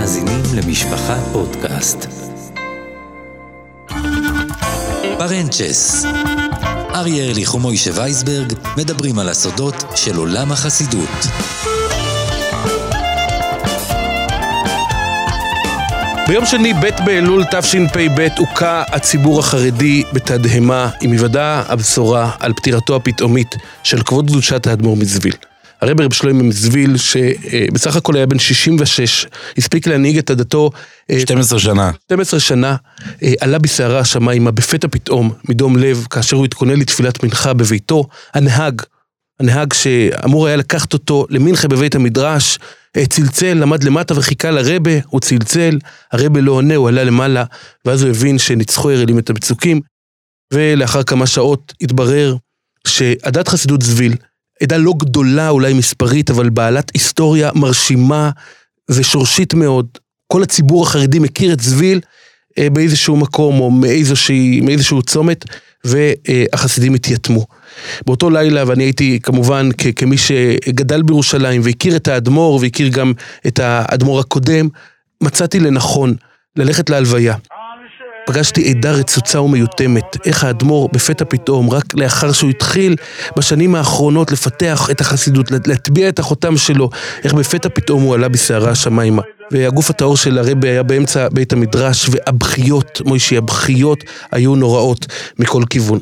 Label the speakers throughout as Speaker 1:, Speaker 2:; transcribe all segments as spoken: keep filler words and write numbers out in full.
Speaker 1: מאזינים למשפחה פודקאסט. פרנצ'ס. אריה ארליך ומוישה וייסברג מדברים על הסודות של עולם החסידות.
Speaker 2: ביום שני ב' באלול תשפ"ב הוקע הציבור החרדי בתדהמה עם היוודע הבשורה על פטירתו הפתאומית של כבוד קדושת האדמו"ר מזוויל. הרב רב שלמה מזוויל, שבסך הכל היה בן שישים ושש, הספיק להנהיג את עדתו
Speaker 3: שתים עשרה שנה.
Speaker 2: שתים עשרה שנה, עלה בסערה השמיימה בפתע פתאום מדום לב, כאשר הוא התכונן לתפילת מנחה בביתו. הנהג, הנהג שאמור היה לקחת אותו למנחה בבית המדרש, צלצל, למד למטה וחיכה לרבה, הוא צלצל, הרבה לא עונה, הוא עלה למעלה, ואז הוא הבין שניצחו ירלים את המצוקים, ולאחר כמה שעות התברר שעדת חסידות זוויל, עדה לא גדולה אולי מספרית, אבל בעלת היסטוריה מרשימה ושורשית מאוד. כל הציבור החרדי מכיר את זוויל אה, באיזשהו מקום או מאיזשהו, מאיזשהו צומת, והחסידים התייתמו. באותו לילה, ואני הייתי כמובן כ- כמי שגדל בירושלים והכיר את האדמו"ר והכיר גם את האדמו"ר הקודם, מצאתי לנכון ללכת להלוויה. פגשתי עדה רצוצה ומיותמת, איך האדמו"ר בפתע פתאום, רק לאחר שהוא התחיל בשנים האחרונות לפתח את החסידות, להטביע את החותם שלו, איך בפתע פתאום הוא עלה בסערה השמיימה. והגוף הטהור של הרבי היה באמצע בית המדרש, והבכיות, מוישי, הבכיות היו נוראות מכל כיוון.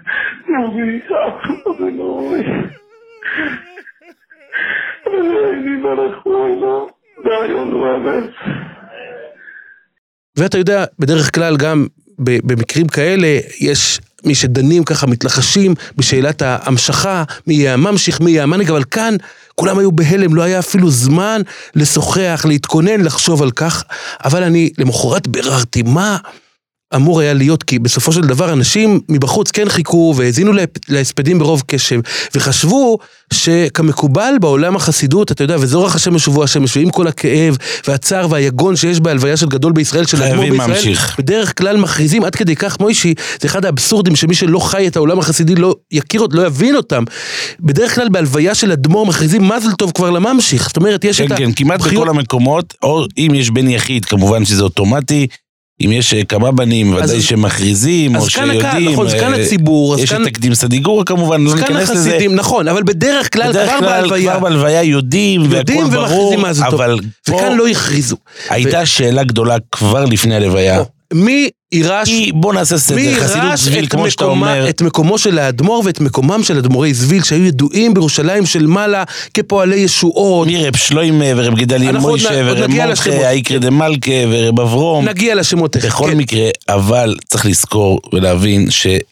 Speaker 2: ואתה יודע, בדרך כלל גם במקרים כאלה, יש מי שדנים ככה, מתלחשים בשאלת ההמשכה, מי יהיה הממשיך, מי יהיה המנהיג, אבל כאן כולם היו בהלם, לא היה אפילו זמן לשוחח, להתכונן, לחשוב על כך, אבל אני למחרת ביררתי מה אמור היה להיות, כי בסופו של דבר אנשים מבחוץ כן חיכו והזינו להספדים ברוב קשב, וחשבו שכמקובל בעולם החסידות, אתה יודע, וזורח השם ושבוע השמש, ועם כל הכאב והצער והיגון שיש בהלוויה של גדול בישראל, של אדמו"ר בישראל, ממשיך. בדרך כלל מכריזים עד כדי כך, מוישי, זה אחד האבסורדים שמי שלא חי את העולם החסידי לא יכיר, לא יבין אותם. בדרך כלל בהלוויה של אדמו"ר מכריזים מזל טוב כבר לממשיך. זאת אומרת, יש
Speaker 3: כן,
Speaker 2: את
Speaker 3: כן, ה... כמעט בכל המקומות, או אם יש בן יחיד, כמובן שזה אוטומטי, אם יש כמה בנים, ודאי שמכריזים, או שיודעים,
Speaker 2: נכון, אז כאן הציבור,
Speaker 3: יש את תקדים סדיגורה כמובן, לא ניכנס לזה.
Speaker 2: נכון, אבל בדרך כלל כבר
Speaker 3: בהלוויה יודעים, והכל ברור, אבל
Speaker 2: וכאן לא הכריזו.
Speaker 3: הייתה שאלה גדולה כבר לפני הלוויה.
Speaker 2: מי ירש,
Speaker 3: בוא נעשה סדר, חסידות זוויל, כמו שאתה אומר.
Speaker 2: את מקומו של האדמו"ר ואת מקומם של אדמו"רי זוויל, שהיו ידועים בירושלים של מעלה כפועלי ישועות.
Speaker 3: מרב שלוימה ורב גדליה מוישה ורב מורחה, איקרא דמלכה ורב אברום.
Speaker 2: נגיע לשמות.
Speaker 3: בכל מקרה, אבל צריך לזכור ולהבין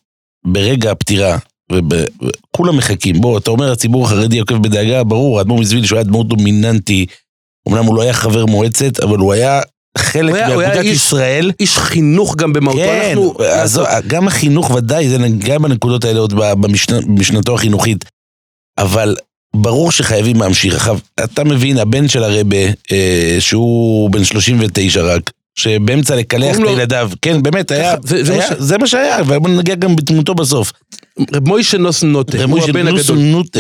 Speaker 3: שברגע הפטירה, וכולם מחכים, בוא, אתה אומר, הציבור החרדי עוקב בדאגה, ברור, האדמו"ר מזוויל שהוא היה אדמו"ר דומיננטי, אמנם הוא לא היה חבר מועצת, אבל הוא היה חלק מאגודת ישראל.
Speaker 2: איש חינוך גם במהותו.
Speaker 3: כן, גם החינוך ודאי, זה גם בנקודות האלה עוד במשנתו החינוכית. אבל ברור שחייבים להמשיך. עכשיו, אתה מבין, הבן של הרבה, שהוא בן שלושים ותשע רק, שבאמצע לקלח את ילדיו, כן, באמת, זה מה שהיה, ובוא נגיע גם בתמותו בסוף.
Speaker 2: רב מוישה נוס נוטה,
Speaker 3: הוא הבן הגדול.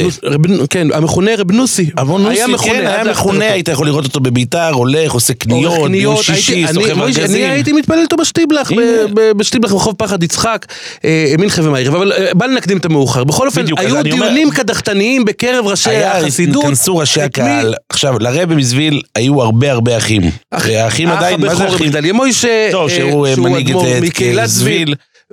Speaker 2: כן, המכונה רב נוסי.
Speaker 3: היה מכונה, היית יכול לראות אותו בביתר, הולך, עושה קניות, ביום שישי, סוחב ארגזים.
Speaker 2: אני הייתי מתפלל אותו בשטיבלח, בשטיבלח רחוב פחד יצחק, מנחה ומערב, אבל בל נקדים את המאוחר. בכל אופן, היו דיונים קדחתניים בקרב ראשי החסידות.
Speaker 3: כנסו ראשי הקהל. עכשיו, לרבי מזוויל היו הרבה הרבה אחים. האחים עדיין, מה זה אחים?
Speaker 2: דליה מוישה, שהוא אדמו"ר מקהילת זוויל,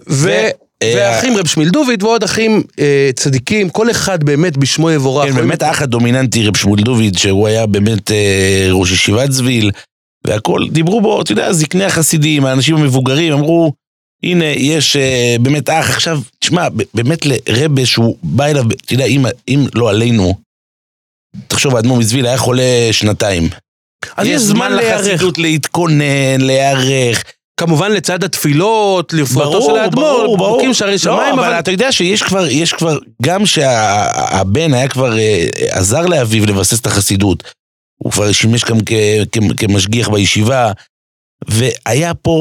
Speaker 2: והאחים רב שמואל דוד ועוד אחים צדיקים, כל אחד באמת בשמו יבורך.
Speaker 3: כן, באמת האח הדומיננטי רב שמואל דוד, שהוא היה באמת ראש ישיבת זוויל, והכל, דיברו בו, אתה יודע, זקני החסידים, האנשים המבוגרים, אמרו, הנה, יש באמת אח, עכשיו, תשמע, באמת לרבה שהוא בא אליו, אתה יודע, אם לא עלינו, תחשוב, האדמו"ר מזוויל היה חולה שנתיים.
Speaker 2: אז
Speaker 3: יש זמן לחסידות להתכונן, להיערך,
Speaker 2: כמובן לצד התפילות, לפרטו של האדמו"ר, ברקים שערי שמיים,
Speaker 3: אבל אתה יודע שיש כבר, יש כבר, גם שהבן היה כבר עזר לאביו לבסס את החסידות, הוא כבר שימש גם כמשגיח בישיבה, והיה פה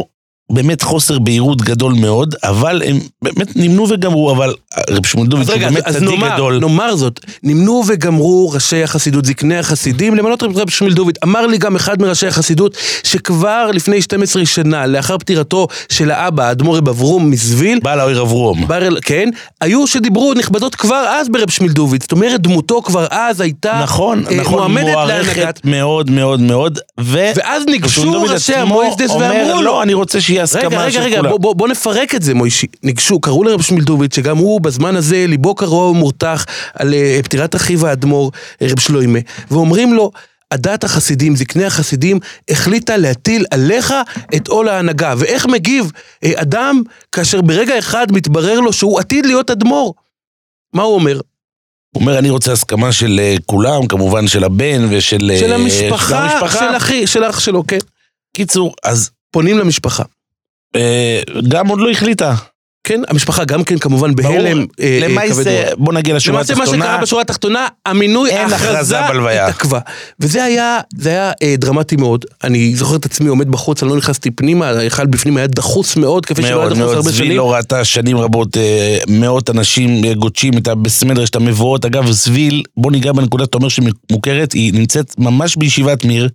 Speaker 3: באמת חוסר בהירות גדול מאוד, אבל הם באמת נמנו וגמרו, אבל רב שמואל דוביץ' הוא באמת צדיק גדול.
Speaker 2: נאמר זאת, נמנו וגמרו ראשי החסידות, זקני החסידים, למנות רב שמואל דוביץ'. אמר לי גם אחד מראשי החסידות, שכבר לפני שתים עשרה שנה, לאחר פטירתו של האבא, האדמו"ר רב אברום מזוויל,
Speaker 3: בעל האור אברום.
Speaker 2: כן, היו שדיברו נכבדות כבר אז ברב שמואל דוביץ'. זאת אומרת, דמותו כבר אז הייתה
Speaker 3: נכון, נכון, מוערכת מאוד מאוד מאוד,
Speaker 2: ואז ניגשו ראשי המויסדס ואמרו
Speaker 3: לא, אני רוצה שיהיה הסכמה של
Speaker 2: כולם. רגע, בוא, בוא נפרק את זה, מוישי. ניגשו, קראו לרב שמואל דוביץ', שגם הוא בזמן הזה ליבו קרוע ומורתח על uh, פטירת אחיו האדמו"ר, רב שלוימה, ואומרים לו, הדת החסידים, זקני החסידים, החליטה להטיל עליך את עול ההנהגה. ואיך מגיב uh, אדם, כאשר ברגע אחד מתברר לו שהוא עתיד להיות אדמו"ר? מה הוא אומר?
Speaker 3: הוא אומר, אני רוצה הסכמה של uh, כולם, כמובן של הבן ושל...
Speaker 2: של המשפחה, של, המשפחה. של אחי, של אח שלו, כן.
Speaker 3: קיצור, אז...
Speaker 2: פונים למשפחה.
Speaker 3: גם עוד לא החליטה.
Speaker 2: כן, המשפחה גם כן כמובן בהלם.
Speaker 3: למעשה, בוא נגיע לשורה התחתונה.
Speaker 2: למעשה מה שקרה בשורה התחתונה, המינוי, ההכרזה התעכבה. וזה היה, זה היה דרמטי מאוד. אני זוכר את עצמי עומד בחוץ, אני לא נכנסתי פנימה, היכל בפנים היה דחוס מאוד, כפי שלא היה דחוס הרבה שנים.
Speaker 3: זביל לא ראתה שנים רבות, מאות אנשים גודשים את בסמדרש, את המבואות. אגב, זביל, בוא ניגע בנקודה, אתה אומר שהיא מוכרת, היא נמצאת ממש בישיבת מיר.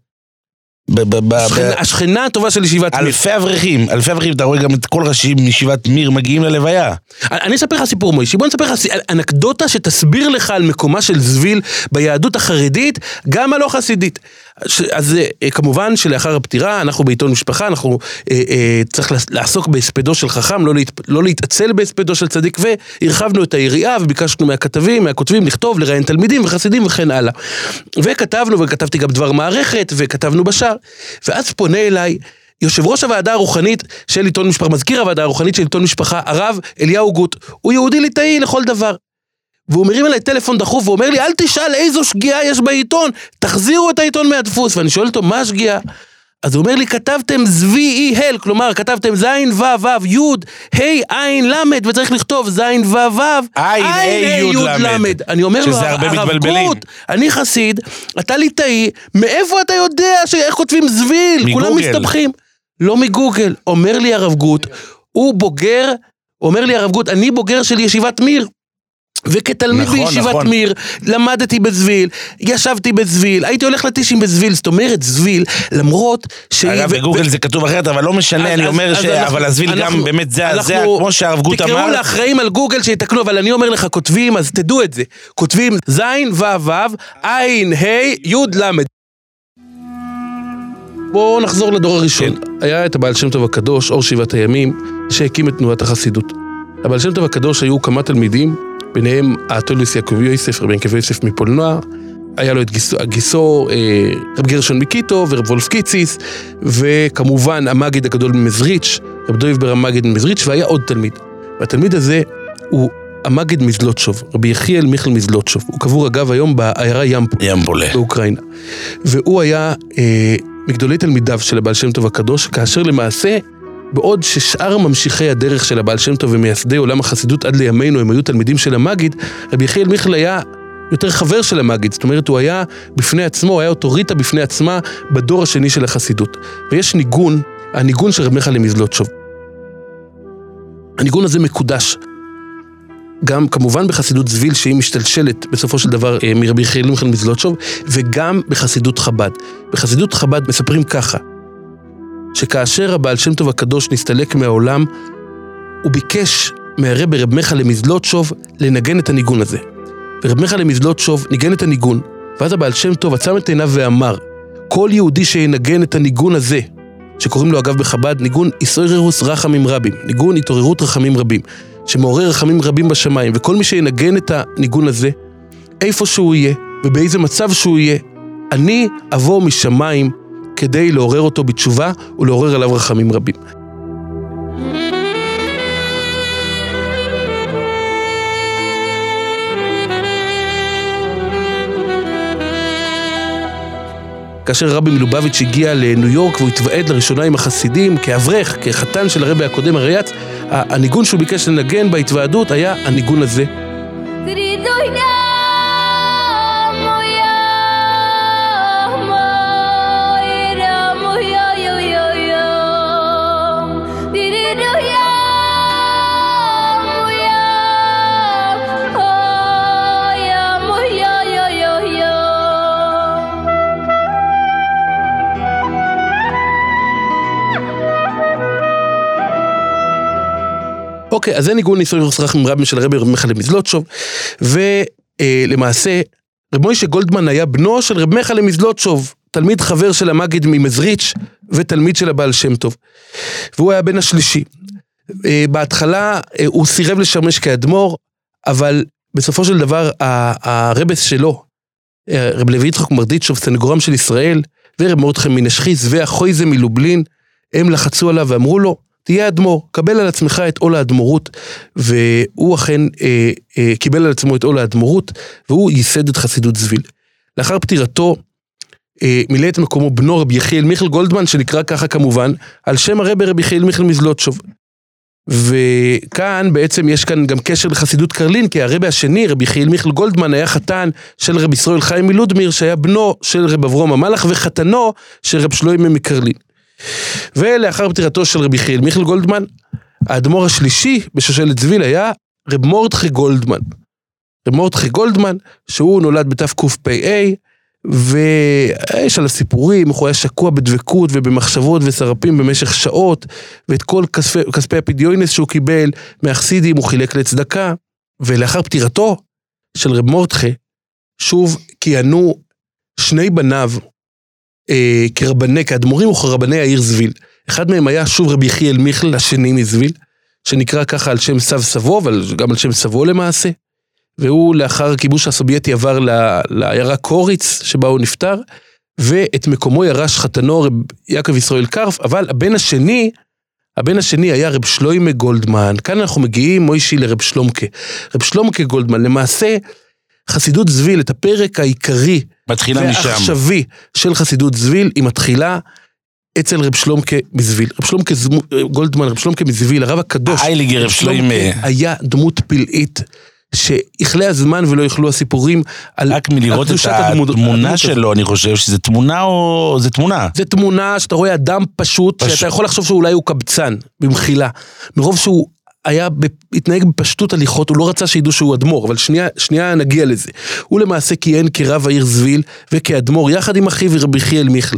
Speaker 2: השכנה הטובה של ישיבת מיר.
Speaker 3: אלפי אברכים, אלפי אברכים, אתה רואה גם את כל ראשים מישיבת מיר מגיעים ללוויה.
Speaker 2: אני אספר לך סיפור מוישי, בוא נספר לך אנקדוטה שתסביר לך על מקומה של זביל ביהדות החרדית, גם הלא חסידית. אז כמובן שלאחר הפטירה, אנחנו בעיתון משפחה, אנחנו אה, אה, צריך לעסוק בהספדו של חכם, לא, להת, לא להתעצל בהספדו של צדיק, והרחבנו את היריעה וביקשנו מהכתבים, מהכותבים לכתוב, לראיין תלמידים וחסידים וכן הלאה. וכתבנו, וכתבתי גם דבר מערכת, וכתבנו בשער, ואז פונה אליי יושב ראש הוועדה הרוחנית של עיתון משפחה, מזכיר הוועדה הרוחנית של עיתון משפחה, הרב אליהו גוט, הוא יהודי ליטאי לכל דבר. והוא מרים אליי טלפון דחוף, והוא אומר לי, אל תשאל איזו שגיאה יש בעיתון, תחזירו את העיתון מהדפוס. ואני שואל אותו, מה השגיאה? אז הוא אומר לי, כתבתם זבי אי הל, כלומר, כתבתם זין וו וו יוד, היי עין למד, וצריך לכתוב זין וו וו,
Speaker 3: עין היי יוד למד.
Speaker 2: אני אומר לו, הרב גוט, אני חסיד, אתה ליטאי, מאיפה אתה יודע איך כותבים זביל? כולם מסתבכים. לא מגוגל. אומר לי הרב גוט, הוא בוגר, אומר לי הרב גוט, אני בוגר של ישיבת מיר. וכתלמיד נכון, בישיבת נכון. מיר, למדתי בזביל, ישבתי בזביל, הייתי הולך לטישים בזביל, זאת אומרת זביל, למרות ש...
Speaker 3: אגב, בגוגל ו... זה כתוב אחרת, אבל לא משנה, אז, אני אז, אומר אז ש... אנחנו, אבל הזביל אנחנו, גם באמת זה, אנחנו, זה כמו שהרב גוט אמר.
Speaker 2: תקראו לאחראים על גוגל שיתקנו, אבל אני אומר לך, כותבים, אז תדעו את זה, כותבים זין וו וו, עין, היי, יוד למד. בואו נחזור לדור הראשון. כן. היה את הבעל שם טוב הקדוש, אור שבעת הימים, שהקים את תנועת החסידות. הבעל שם טוב הקדוש היו כמה תלמידים, ביניהם האתוליס יעקב יוסף, רבי ינקב יוסף מפולנוע, היה לו את גיסו, גיסו אה, רב גרשון מקיטו ורב וולף קיציס, וכמובן המגיד הגדול ממזריץ', רב דויב ברם מגיד ממזריץ', והיה עוד תלמיד. והתלמיד הזה הוא המגיד מזלוטשוב, רבי יחיאל מיכל מזלוטשוב. הוא קבור אגב היום בעיירה ימפול,
Speaker 3: ימפולה,
Speaker 2: באוקראינה. והוא היה אה, מגדולי תלמידיו של הבעל שם טוב הקדוש, כאשר למעשה בעוד ששאר ממשיכי הדרך של הבעל שם טוב ומייסדי עולם החסידות עד לימינו הם היו תלמידים של המגיד, רבי יחיאל מיכל היה יותר חבר של המגיד, זאת אומרת הוא היה בפני עצמו, הוא היה אוטוריטה בפני עצמה בדור השני של החסידות. ויש ניגון, הניגון של רב מיכל מזלוטשוב. הניגון הזה מקודש, גם כמובן בחסידות זביל שהיא משתלשלת בסופו של דבר מרבי יחיאל מיכל מזלוטשוב, וגם בחסידות חב"ד. בחסידות חב"ד מספרים ככה, שכאשר הבעל שם טוב הקדוש נסתלק מהעולם, הוא ביקש מהרב רב מיכל מזלוטשוב לנגן את הניגון הזה. ורב מיכל מזלוטשוב ניגן את הניגון, ואז הבעל שם טוב עצם את עיניו ואמר, כל יהודי שינגן את הניגון הזה, שקוראים לו אגב בחב"ד, ניגון איסוירוס רחמים רבים, ניגון התעוררות רחמים רבים, שמעורר רחמים רבים בשמיים, וכל מי שינגן את הניגון הזה, איפה שהוא יהיה, ובאיזה מצב שהוא יהיה, אני אבוא משמיים, כדי לעורר אותו בתשובה ולעורר עליו רחמים רבים. כאשר רבי מלובביץ' הגיע לניו יורק והוא התוועד לראשונה עם החסידים כאברך, כחתן של הרבי הקודם הרייץ, הניגון שהוא ביקש לנגן בהתוועדות היה הניגון הזה. אוקיי, אז זה ניגון ניסוי רוסרח מרבים של הרבי רב מיכה למזלוטשוב, ולמעשה, רב מוישה גולדמן היה בנו של רב מיכה למזלוטשוב, תלמיד חבר של המגיד ממזריץ' ותלמיד של הבעל שם טוב. והוא היה בן השלישי. בהתחלה הוא סירב לשמש כאדמו"ר, אבל בסופו של דבר הרבס שלו, רב לוי יצחק מרדיצ'וב, סנגורם של ישראל, ורב מרדכי מנשחיס והחויזה מלובלין, הם לחצו עליו ואמרו לו, תהיה אדמו"ר, קבל על עצמך את עול האדמו"רות, והוא אכן אה, אה, קיבל על עצמו את עול האדמו"רות, והוא ייסד את חסידות זוויל. לאחר פטירתו, אה, מילא את מקומו בנו רבי יחיאל מיכל גולדמן, שנקרא ככה כמובן, על שם הרבי רבי יחיאל מיכל מזלוטשוב. וכאן בעצם יש כאן גם קשר לחסידות קרלין, כי הרבי השני, רבי יחיאל מיכל גולדמן, היה חתן של רבי ישראל חיים מלודמיר, שהיה בנו של רב אברום המלאך, וחתנו של רב שלוימה מקרלין. ולאחר פטירתו של רבי יחיאל מיכל גולדמן, האדמו"ר השלישי בשושלת זוויל היה רב מרדכי גולדמן. רב מרדכי גולדמן, שהוא נולד בתקפ"א, ויש עליו סיפורים, הוא היה שקוע בדבקות ובמחשבות וסרפים במשך שעות, ואת כל כספי, כספי הפדיונס שהוא קיבל מהחסידים הוא חילק לצדקה, ולאחר פטירתו של רב מרדכי, שוב כיהנו שני בניו, אה, כרבני, כאדמו"רים וכרבני העיר זוויל. אחד מהם היה שוב רבי יחיאל מיכל, השני מזוויל, שנקרא ככה על שם סב סבו, אבל גם על שם סבו למעשה, והוא לאחר הכיבוש הסובייטי עבר לעיירה קוריץ, שבה הוא נפטר, ואת מקומו ירש חתנו רב יעקב ישראל קרף, אבל הבן השני, הבן השני היה רב שלוימה גולדמן. כאן אנחנו מגיעים מוישי לרב שלומקה. רב שלומקה גולדמן, למעשה חסידות זוויל, את הפרק העיקרי והעכשווי של חסידות זוויל, היא מתחילה אצל רב שלומקה מזוויל. רב שלומקה גולדמן, רב שלומקה מזוויל, הרב הקדוש,
Speaker 3: רב שלומקה היה
Speaker 2: דמות פלאית, שיכלה הזמן ולא יכלו הסיפורים על
Speaker 3: רק מלראות את התמונה שלו, אני חושב שזה תמונה או זה תמונה?
Speaker 2: זה תמונה שאתה רואה אדם פשוט, שאתה יכול לחשוב שאולי הוא קבצן, במחילה. מרוב שהוא היה, התנהג בפשטות הליכות, הוא לא רצה שידעו שהוא אדמו"ר, אבל שנייה, שנייה נגיע לזה. הוא למעשה כיהן כרב העיר זוויל, וכאדמו"ר, יחד עם אחיו רבי יחיאל מיכל.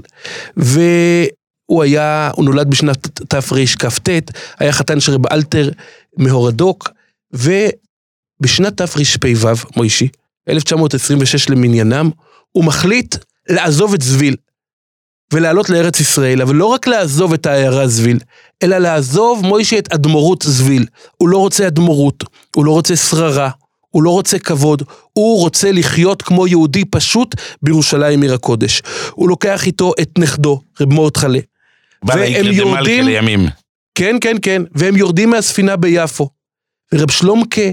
Speaker 2: והוא היה, הוא נולד בשנת תרכ"ט, היה חתן של רב אלתר מהורדוק, ו... בשנת תרפ"ו, מוישי, אלף תשע מאות עשרים ושש למניינם, הוא מחליט לעזוב את זוויל, ולעלות לארץ ישראל, אבל לא רק לעזוב את העיירה זוויל, אלא לעזוב מוישי את אדמו"רות זוויל. הוא לא רוצה אדמו"רות, הוא לא רוצה שררה, הוא לא רוצה כבוד, הוא רוצה לחיות כמו יהודי פשוט בירושלים עיר הקודש. הוא לוקח איתו את נכדו, רב מרדכי.
Speaker 3: והם יורדים, לימים.
Speaker 2: כן, כן, כן, והם יורדים מהספינה ביפו. ורב שלומקה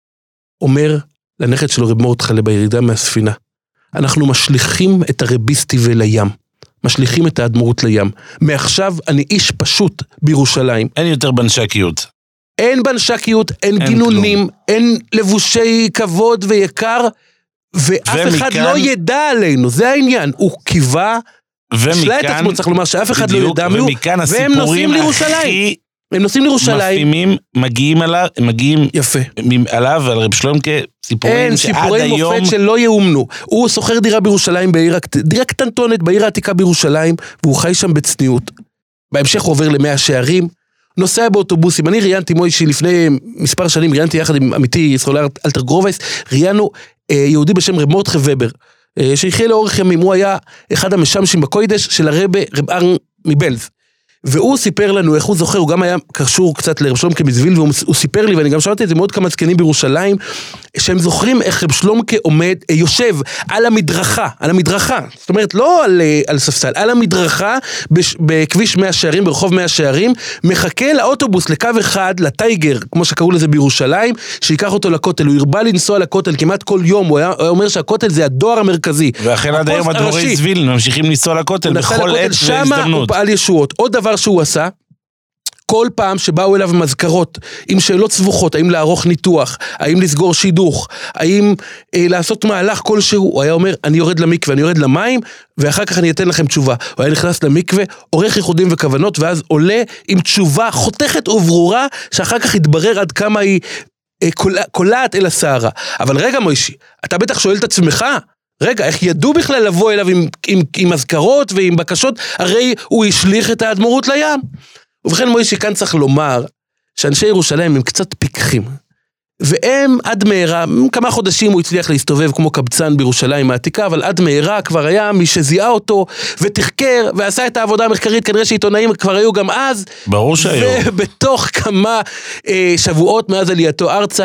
Speaker 2: אומר לנכד שלו רב מרדכי בירידה מהספינה, אנחנו משליכים את הרביסטיבל לים, משליכים את האדמו"רות לים, מעכשיו אני איש פשוט בירושלים.
Speaker 3: אין יותר בנשקיות.
Speaker 2: אין בנשקיות, אין, אין גינונים, כלום. אין לבושי כבוד ויקר, ואף ומכאן, אחד לא ידע עלינו, זה העניין, הוא קיווה, שלה את עצמו צריך לומר שאף אחד בדיוק, לא ידע מיהו, והם נוסעים לירושלים. הכי... הם נוסעים לירושלים.
Speaker 3: מפעימים, מגיעים עליו, מגיעים
Speaker 2: יפה.
Speaker 3: עליו, על רב שלומקה, סיפורים שעד היום... אין, סיפורי מופת
Speaker 2: שלא יאומנו. הוא סוחר דירה בירושלים, בעיר, דירה קטנטונת בעיר העתיקה בירושלים, והוא חי שם בצניעות. בהמשך הוא עובר למאה שערים, נוסע באוטובוסים. אני ראיינתי מוישי לפני מספר שנים, ראיינתי יחד עם עמיתי ישראל אלתר גרובייס, ראיינו אה, יהודי בשם רב מרדכי ובר, אה, שיחיה לאורך ימים, הוא היה אחד המשמשים בקוידש של הרב רב ארן מבלז. והוא סיפר לנו איך הוא זוכר, הוא גם היה קשור קצת לרב שלומקה מזוויל, והוא סיפר לי, ואני גם שמעתי את זה מאוד כמה זקנים בירושלים, שהם זוכרים איך רב שלומקה עומד, יושב על המדרכה, על המדרכה, זאת אומרת לא על, על ספסל, על המדרכה, בכביש מאה שערים, ברחוב מאה שערים, מחכה לאוטובוס, לקו אחד, לטייגר, כמו שקראו לזה בירושלים, שיקח אותו לכותל, הוא הרבה לנסוע לכותל כמעט כל יום, הוא היה אומר שהכותל זה הדואר המרכזי.
Speaker 3: ואכן עד היום הדבורי זוויל ממשיכים לנסוע לכותל בכל עת והזדמנות.
Speaker 2: עוד דבר שהוא עשה, כל פעם שבאו אליו מזכרות, עם שאלות סבוכות, האם לערוך ניתוח, האם לסגור שידוך, האם אה, לעשות מהלך כלשהו, הוא היה אומר, אני יורד למקווה, אני יורד למים, ואחר כך אני אתן לכם תשובה. הוא היה נכנס למקווה, עורך ייחודים וכוונות, ואז עולה עם תשובה חותכת וברורה, שאחר כך יתברר עד כמה היא אה, קולעת אל הסערה. אבל רגע מוישי, אתה בטח שואל את עצמך, רגע, איך ידעו בכלל לבוא אליו עם, עם, עם מזכרות ועם בקשות? הרי הוא השליך את האדמו"רות לים. ובכן מוישי, כאן צריך לומר שאנשי ירושלים הם קצת פיקחים, והם עד מהרה, כמה חודשים הוא הצליח להסתובב כמו קבצן בירושלים העתיקה, אבל עד מהרה כבר היה מי שזיהה אותו, ותחקר, ועשה את העבודה המחקרית, כנראה שעיתונאים כבר היו גם אז,
Speaker 3: ברור שהיו.
Speaker 2: ובתוך כמה אה, שבועות מאז עלייתו ארצה,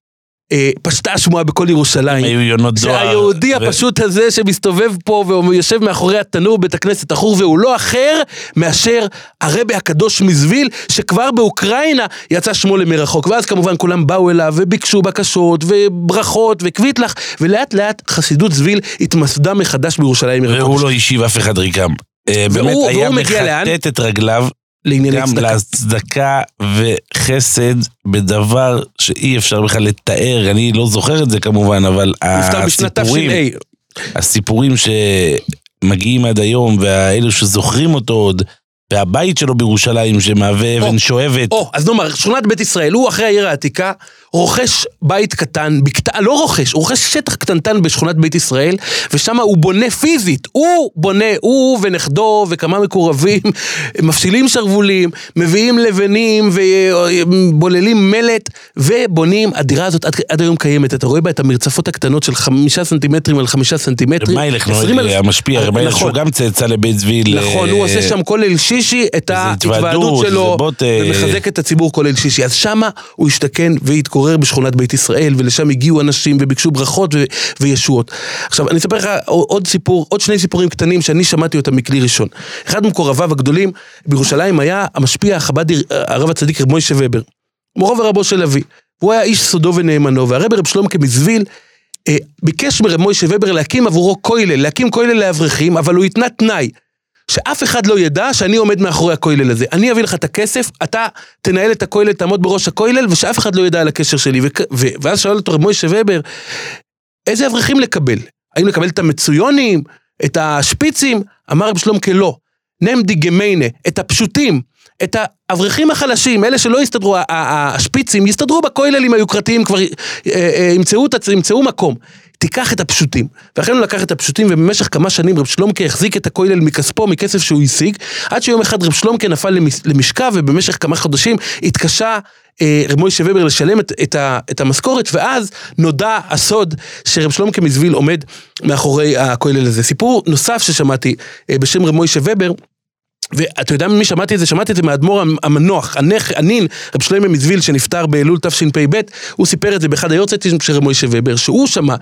Speaker 2: פשטה שמועה בכל ירושלים,
Speaker 3: היו יונות דואר,
Speaker 2: שהיהודי הפשוט הזה שמסתובב פה ויושב מאחורי התנור בית הכנסת החור, והוא לא אחר מאשר הרבי הקדוש מזוויל, שכבר באוקראינה יצא שמו למרחוק, ואז כמובן כולם באו אליו וביקשו בקשות וברכות וקביטלח, ולאט לאט חסידות זוויל התמסדה מחדש בירושלים.
Speaker 3: והוא לא השיב אף אחד ריקם, באמת היה מחטט את רגליו גם להצדקה וחסד בדבר שאי אפשר בכלל לתאר, אני לא זוכר את זה כמובן, אבל הסיפורים, הסיפורים שמגיעים עד היום, והאלו שזוכרים אותו עוד, והבית שלו בירושלים שמהווה אבן שואבת.
Speaker 2: או, אז נאמר, שכונת בית ישראל, הוא אחרי העיר העתיקה, רוכש בית קטן, בקטע, לא רוכש, הוא רוכש שטח קטנטן בשכונת בית ישראל, ושם הוא בונה פיזית, הוא בונה, הוא ונכדו וכמה מקורבים, מפשילים שרבולים, מביאים לבנים ובוללים מלט, ובונים, הדירה הזאת עד, עד היום קיימת, אתה רואה בה את המרצפות הקטנות של חמישה סנטימטרים על חמישה סנטימטרים.
Speaker 3: רמיילך, המשפיע, רמיילך שהוא גם צאצא לבית זוויל.
Speaker 2: נכון, הוא עושה שם כל ליל שישי את ההתוועדות שלו, ומחזק את הציבור כל ליל שישי, אז שמה הוא השתכן והתקורר בשכונת בית ישראל, ולשם הגיעו אנשים וביקשו ברכות ו- וישועות. עכשיו, אני אספר לך עוד סיפור, עוד שני סיפורים קטנים שאני שמעתי אותם מכלי ראשון. אחד מקורביו הגדולים בירושלים היה המשפיע החב"די, הרב הצדיק רב מוישה ובר, מורו ורבו של אבי. הוא היה איש סודו ונאמנו, והרב רב שלום כמזוויל, אה, ביקש מרב מוישה ובר להקים עבורו כולל, להקים כולל לאברכים, אבל הוא התנה תנאי, שאף אחד לא ידע שאני עומד מאחורי הכולל הזה. אני אביא לך את הכסף, אתה תנהל את הכולל, תעמוד בראש הכולל, ושאף אחד לא ידע על הקשר שלי. ו- ו- ואז שאל אותו רב מוישה ובר, איזה אברכים לקבל? האם לקבל את המצויונים, את השפיצים? אמר רב שלום כלא. נמדי גמיינה, את הפשוטים, את האברכים החלשים, אלה שלא יסתדרו, השפיצים, יסתדרו בכוללים היוקרתיים, כבר ימצאו, ימצאו מקום. תיקח את הפשוטים. ואכן הוא לקח את הפשוטים, ובמשך כמה שנים רב שלומקה החזיק את הכולל מכספו, מכסף שהוא השיג, עד שיום אחד רב שלומקה נפל למשכב, ובמשך כמה חודשים התקשה רב מוישה ובר לשלם את, את, ה, את המשכורת, ואז נודע הסוד שרב שלומקה מזוויל עומד מאחורי הכולל הזה. סיפור נוסף ששמעתי בשם רב מוישה ובר, ואתה יודע ממי שמעתי את זה? שמעתי את זה מהאדמו"ר המנוח, הנך, הנין, רב שלמה מזוויל שנפטר באלול תשפ"ב, הוא סיפר את זה באחד היורצייטים של רב מוישה ובר, שהוא שמע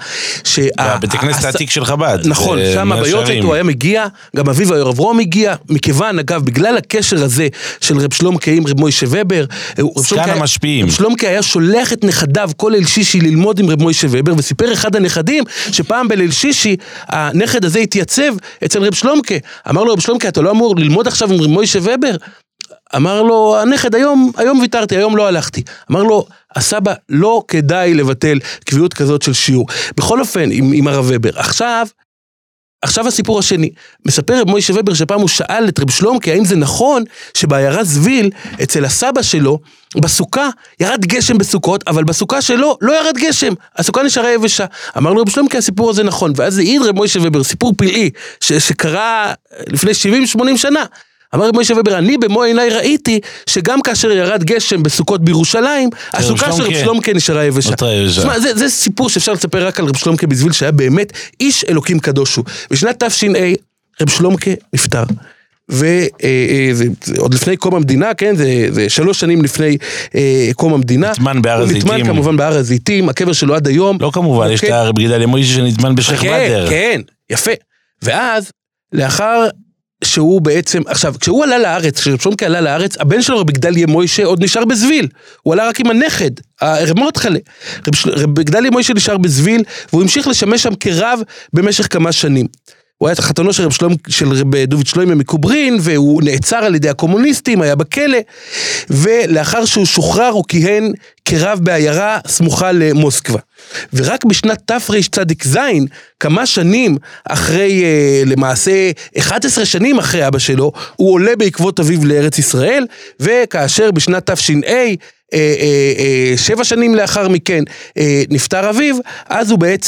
Speaker 3: בבית הכנסת העתיק של חב"ד.
Speaker 2: נכון, שם ביורצייט הוא היה מגיע, גם אביו הרב רום הגיע, מכיוון אגב, בגלל הקשר הזה של רב שלומקה עם רב מוישה ובר,
Speaker 3: סגן המשפיעים.
Speaker 2: רב שלומקה היה שולח את נכדיו כל ליל שישי ללמוד עם רב מוישה ובר, וסיפר אחד הנכדים שפעם בליל שישי הנכד הזה התייצב אצל רב שלומקה. אמר לו רב שלומקה, אתה לא אמור ללמוד עכשיו עם רב מוישה ובר? אמר לו, הנכד, היום, היום ויתרתי, היום לא הלכתי. אמר לו, הסבא, לא כדאי לבטל קביעות כזאת של שיעור. בכל אופן, עם, עם הרב ובר. עכשיו, עכשיו הסיפור השני. מספר רב מוישה ובר שפעם הוא שאל את רב שלומקה, האם זה נכון שבעיירה זוויל, אצל הסבא שלו, בסוכה, ירד גשם בסוכות, אבל בסוכה שלו לא ירד גשם. הסוכה נשארה יבשה. אמר לו רב שלומקה, הסיפור הזה נכון. ואז זה העיד רב מוישה ובר, סיפור פלאי, ש- שקרה לפני שבעים שמונים שנה. אמר רב מוישה ובר, אני במו עיניי ראיתי שגם כאשר ירד גשם בסוכות בירושלים, הסוכה של רב שלומקה נשארה יבשה. שמה, זה, זה סיפור שאפשר לספר רק על רב שלומקה בזוויל, שהיה באמת איש אלוקים קדוש הוא. בשנת תש"ע רב שלומקה נפטר. ועוד לפני קום המדינה, כן, זה, זה שלוש שנים לפני אה, קום המדינה.
Speaker 3: נטמן בהר הזיתים.
Speaker 2: נטמן כמובן בהר הזיתים, הקבר שלו עד היום.
Speaker 3: לא כמובן, יש את הרב גדליה מוישה שנטמן בשייח' באדר.
Speaker 2: כן, כן, יפה. ואז, לאחר שהוא בעצם, עכשיו, כשהוא עלה לארץ, כשרב שלומקה עלה לארץ, הבן שלו רב גדליה מוישה עוד נשאר בזוויל. הוא עלה רק עם הנכד, הרב מורדכלה. רב, רב גדליה מוישה נשאר בזוויל, והוא המשיך לשמש שם כרב במשך כמה שנים. הוא היה חתנו של רב שלום, של רב דוד שלוימה מקוברין, והוא נעצר על ידי הקומוניסטים, היה בכלא, ולאחר שהוא שוחרר הוא כיהן כרב בעיירה סמוכה למוסקבה. ורק בשנת תרצ"ז, כמה שנים אחרי, למעשה אחת עשרה שנים אחרי אבא שלו, הוא עולה בעקבות אביו לארץ ישראל, וכאשר בשנת תש"ע, שבע שנים לאחר מכן נפטר אביו, אז הוא בעצם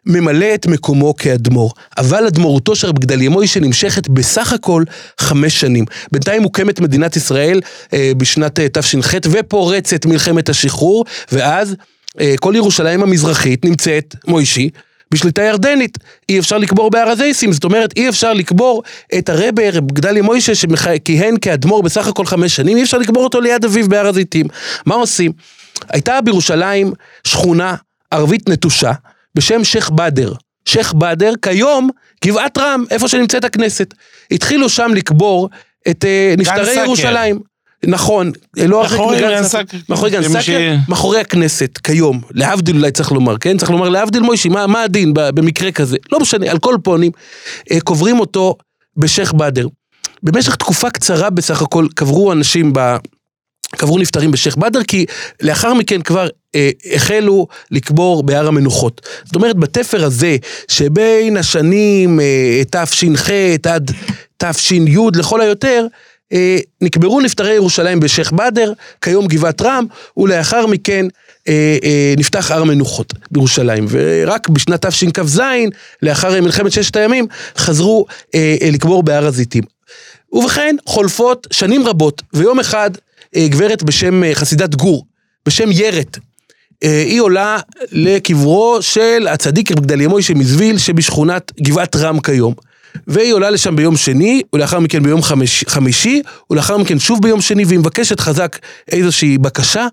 Speaker 2: ממלא את מקומו כאדמו"ר, אבל אדמו"רותו של רבי גדליה מוישה נמשכת בסך הכל חמש שנים. בינתיים מוקמת מדינת ישראל אה, בשנת אה, תש"ח, ופורצת מלחמת השחרור, ואז אה, כל ירושלים המזרחית נמצאת, מוישי, בשליטה ירדנית. אי אפשר לקבור בהר הזיתים, זאת אומרת, אי אפשר לקבור את הרבי רבי גדליה מוישה שכיהן כאדמו"ר בסך הכל חמש שנים, אי אפשר לקבור אותו ליד אביו בהר הזיתים. מה עושים? הייתה בירושלים שכונה ערבית נטושה, בשם שייח בדר. שייח בדר, כיום, גבעת רם, איפה שנמצאת הכנסת. התחילו שם לקבור את uh, נפטרי ירושלים. נכון, לא
Speaker 3: מאחורי גן סאקר.
Speaker 2: מאחורי גן סאקר, מאחורי הכנסת, כיום. להבדיל אולי צריך לומר, כן? צריך לומר להבדיל מוישי, מה, מה הדין במקרה כזה? לא משנה, על כל פונים, uh, קוברים אותו בשייח בדר. במשך תקופה קצרה בסך הכל, קברו אנשים ב... קברו נפטרים בשייח בדר, כי לאחר מכן כבר אה, החלו לקבור בהר המנוחות. זאת אומרת, בתפר הזה, שבין השנים אה, תש"ח עד תש"י לכל היותר, אה, נקברו נפטרי ירושלים בשייח בדר, כיום גבעת רם, ולאחר מכן אה, אה, נפתח הר המנוחות בירושלים. ורק בשנת תשכ"ז, לאחר מלחמת ששת הימים, חזרו אה, אה, לקבור בהר הזיתים. ובכן, חולפות שנים רבות, ויום אחד, גברת בשם חסידת גור, בשם ירת, היא עולה לקברו של הצדיק רבי גדליה מוישה מזוויל, שבשכונת גבעת רם כיום, והיא עולה לשם ביום שני, ולאחר מכן ביום חמישי, חמישי ולאחר מכן שוב ביום שני, והיא מבקשת חזק איזושהי בקשה,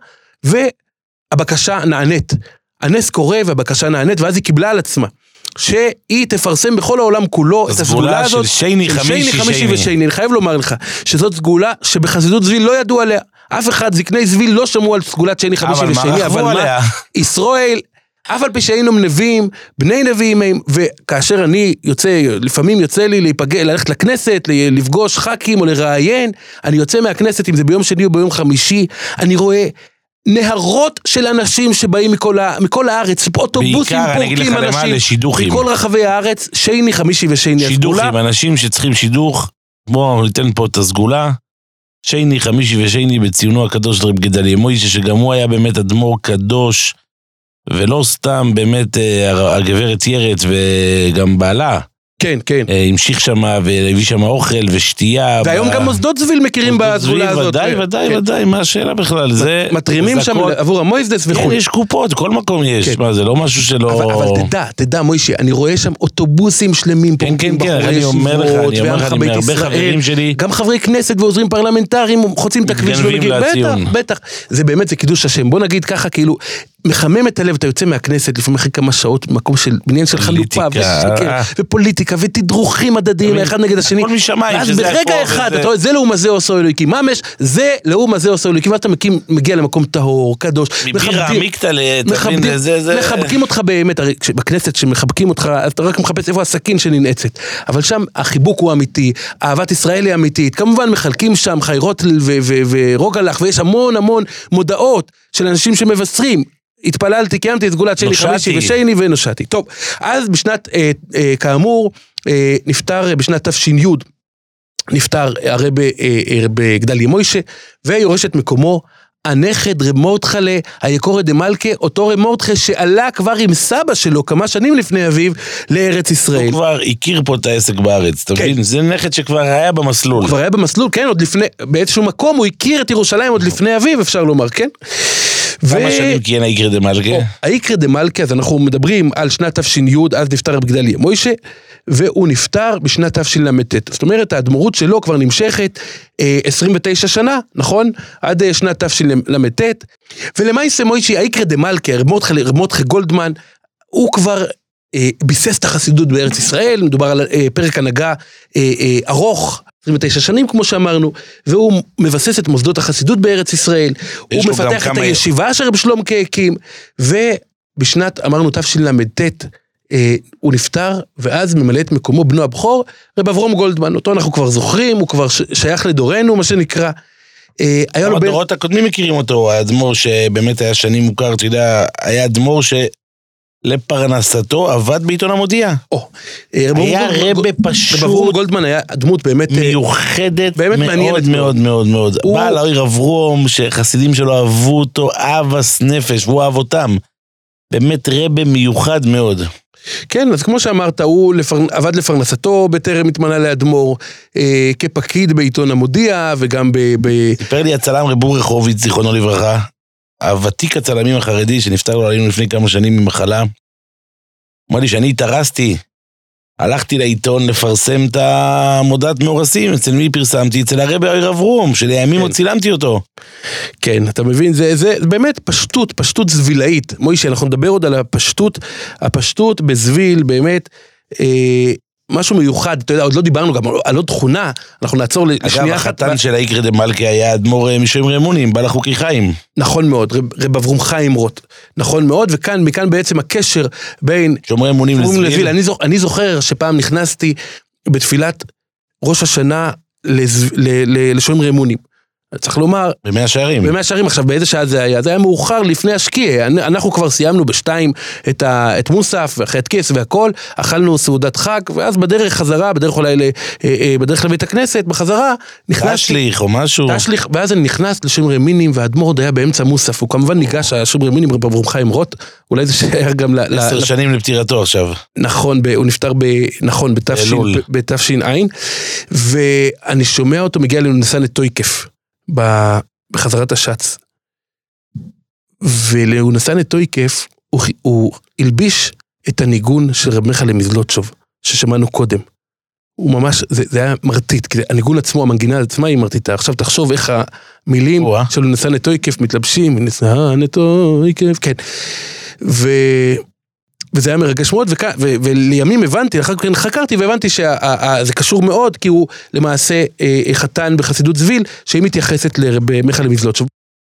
Speaker 2: והבקשה נענית. הנס קורה והבקשה נענית, ואז היא קיבלה על עצמה, שהיא תפרסם בכל העולם כולו את הסגולה הזאת,
Speaker 3: של שני, חמישי,
Speaker 2: חמישי ושני. אני חייב לומר לך, שזאת סגולה שבחסידות זוויל לא ידעו עליה, אף אחד זקני זוויל לא שמעו על סגולת שני, חמישי ושני, אבל מה? ישראל, אף על פי שהיינו נביאים, בני נביאים הם, וכאשר אני יוצא, לפעמים יוצא לי להיפגע, ללכת לכנסת, לפגוש ח"כים או לראיין, אני יוצא מהכנסת, אם זה ביום שני או ביום חמישי, אני רואה נהרות של אנשים שבאים מכל, ה, מכל הארץ, אוטובוסים פורקים אנשים, מכל רחבי הארץ, שני, חמישי ושני.
Speaker 3: שידוכים, הסגולה. אנשים שצריכים שידוך, בואו ניתן פה את הסגולה, שני, חמישי ושני בציונו הקדוש של רבי גדליה מוישה, שגם הוא היה באמת אדמו"ר קדוש, ולא סתם באמת הגברת ירת וגם בעלה.
Speaker 2: כן, כן.
Speaker 3: המשיך שמה והביא שמה אוכל ושתייה.
Speaker 2: והיום גם מוסדות זוויל מכירים בסגולה הזאת.
Speaker 3: ודאי, ודאי, ודאי, מה השאלה בכלל?
Speaker 2: מתרימים שם עבור המויזדס וכו'.
Speaker 3: יש קופות, כל מקום יש. זה לא משהו שלא...
Speaker 2: אבל תדע, תדע מוישי, אני רואה שם אוטובוסים שלמים, פורקים בחורי ישיבות, והרחבי ישראל, גם חברי כנסת ועוזרים פרלמנטריים, חוצים את הכביש ומגיעים. בטח, בטח. זה באמת, זה קידוש השם. בוא נגיד ככה, כאילו, מחמם את הלב, אתה יוצא מהכנסת לפעמים אחרי כמה שעות, מקום של בניין של חלופה ופוליטיקה ותדרוכים הדדיים האחד נגד השני, ואז ברגע אחד, אתה רואה, זה לאום הזה עושו אלוהיקים, ממש, זה לאום הזה עושו אלוהיקים, ואתה מגיע למקום טהור, קדוש, מחבקים אותך באמת, בכנסת שמחבקים אותך, אז אתה רק מחפש איפה הסכין שננעצת, אבל שם החיבוק הוא אמיתי, אהבת ישראל היא אמיתית, כמובן מחלקים שם חיירות ורוגלח, ויש המון המון מודעות של אנשים שמבשרים, התפללתי, קיימתי את סגולת שני, חמישי ושני ונושעתי. טוב, אז בשנת, אה, אה, כאמור, אה, נפטר בשנת תש"י, נפטר הרבי אה, גדליה מוישה, ויורש את מקומו הנכד רב מרדכי היקורא דמלכה, אותו רב מרדכי שעלה כבר עם סבא שלו כמה שנים לפני אביו לארץ ישראל.
Speaker 3: הוא כבר הכיר פה את העסק בארץ, אתה מבין? זה נכד שכבר היה במסלול.
Speaker 2: הוא כבר היה במסלול, כן, עוד לפני, באיזשהו מקום הוא הכיר את ירושלים עוד לפני אביו, אפשר לומר, כן?
Speaker 3: כמה שנים כיהן האיקרא דמלכה?
Speaker 2: האיקרא דמלכה, אז אנחנו מדברים על שנת תש"י, אז נפטר רבי גדליה מוישה, והוא נפטר בשנת תשל"ט. זאת אומרת, האדמו"רות שלו כבר נמשכת אה, עשרים ותשע שנה, נכון? עד אה, שנת תשל"ט. ולמעשה מוישה, האיקרא דמלכה, רב מרדכי גולדמן, הוא כבר אה, ביסס את החסידות בארץ ישראל, מדובר על אה, פרק הנהגה אה, אה, ארוך, עשרים ותשע שנים כמו שאמרנו, והוא מבסס את מוסדות החסידות בארץ ישראל, הוא מפתח את הישיבה שרב שלמה הקים, ובשנת, אמרנו תשל"ט, אה, הוא נפטר, ואז ממלא את מקומו בנו הבכור, רב אברום גולדמן, אותו אנחנו כבר זוכרים, הוא כבר שייך לדורנו, מה שנקרא.
Speaker 3: אה, הדורות בין... הקודמים מכירים אותו, האדמו"ר שבאמת היה שנים מוכר, אתה יודע, היה אדמו"ר ש... לפרנסתו עבד בעיתון המודיע. היה רבה פשוט.
Speaker 2: רב אברום גולדמן היה דמות באמת
Speaker 3: מיוחדת, מאוד מאוד מאוד מאוד. בעל העיר אברום, שחסידים שלו אהבו אותו, אהבס נפש, והוא אהב אותם. באמת רבה מיוחד מאוד.
Speaker 2: כן, אז כמו שאמרת, הוא לפר... עבד לפרנסתו בטרם התמנה לאדמו"ר, אה, כפקיד בעיתון המודיע, וגם ב... ב...
Speaker 3: סיפר לי הצלם רבור רחוביץ, זיכרונו לברכה, הוותיק הצלמים החרדי, שנפטר לו עלינו לפני כמה שנים ממחלה, אמר לי שאני התארסתי, הלכתי לעיתון לפרסם את המודעת מאורסים, אצל מי פרסמתי? אצל הרבי הרב רום, שלימים
Speaker 2: כן.
Speaker 3: עוד צילמתי אותו.
Speaker 2: כן, אתה מבין, זה, זה באמת פשטות, פשטות זבילאית. מוישה, אנחנו נדבר עוד על הפשטות, הפשטות בזביל, באמת, אה, משהו מיוחד, אתה יודע, עוד לא דיברנו גם על עוד תכונה, אנחנו נעצור לשנייה אחת.
Speaker 3: אגב, החתן של האיקרא דמלכי היה אדמו"ר משומרי אמונים, בעל החוקי חיים.
Speaker 2: נכון מאוד, רב, רב אברום חיים רוט, נכון מאוד, וכאן, מכאן בעצם הקשר בין
Speaker 3: שומרי אמונים לזביל.
Speaker 2: אני זוכר, אני זוכר שפעם נכנסתי בתפילת ראש השנה לז, ל, ל, לשומרי אמונים. צריך לומר,
Speaker 3: במאה שערים.
Speaker 2: במאה שערים, עכשיו באיזה שעה זה היה? זה היה מאוחר לפני השקיע, אנחנו כבר סיימנו בשתיים את, ה, את מוסף, ואחרי את כס והכל, אכלנו סעודת חג, ואז בדרך חזרה, בדרך אולי, ל, בדרך לבית הכנסת, בחזרה, נכנסתי.
Speaker 3: תשליך או משהו.
Speaker 2: תשליך, ואז אני נכנס לשומרי מינים, והאדמו"ר עוד היה באמצע מוסף, הוא כמובן ניגש, השומרי מינים, רב אברום חיים רוט, אולי זה שהיה גם...
Speaker 3: עשר ל... שנים לפטירתו עכשיו.
Speaker 2: נכון, ב, הוא נפטר ב... נכון, בתש"ע, ואני שומע אותו מגיע לנסן את טויקף. בחזרת השץ, ולהוא נסן את טויקף, הוא, הוא הלביש את הניגון של רב מיכה למזלוטשוב, ששמענו קודם. הוא ממש, זה, זה היה מרטיט, כי הניגון עצמו, המנגינה עצמה היא מרטיטה. עכשיו תחשוב איך המילים של נסן את טויקף מתלבשים, נסן את טויקף, כן. ו... וזה היה מרגש מאוד, וכ... ו... ולימים הבנתי, אחר כך חקרתי והבנתי שזה קשור מאוד, כי הוא למעשה אה, חתן בחסידות זביל, שהיא מתייחסת לרב מיכה למזלוטשוב.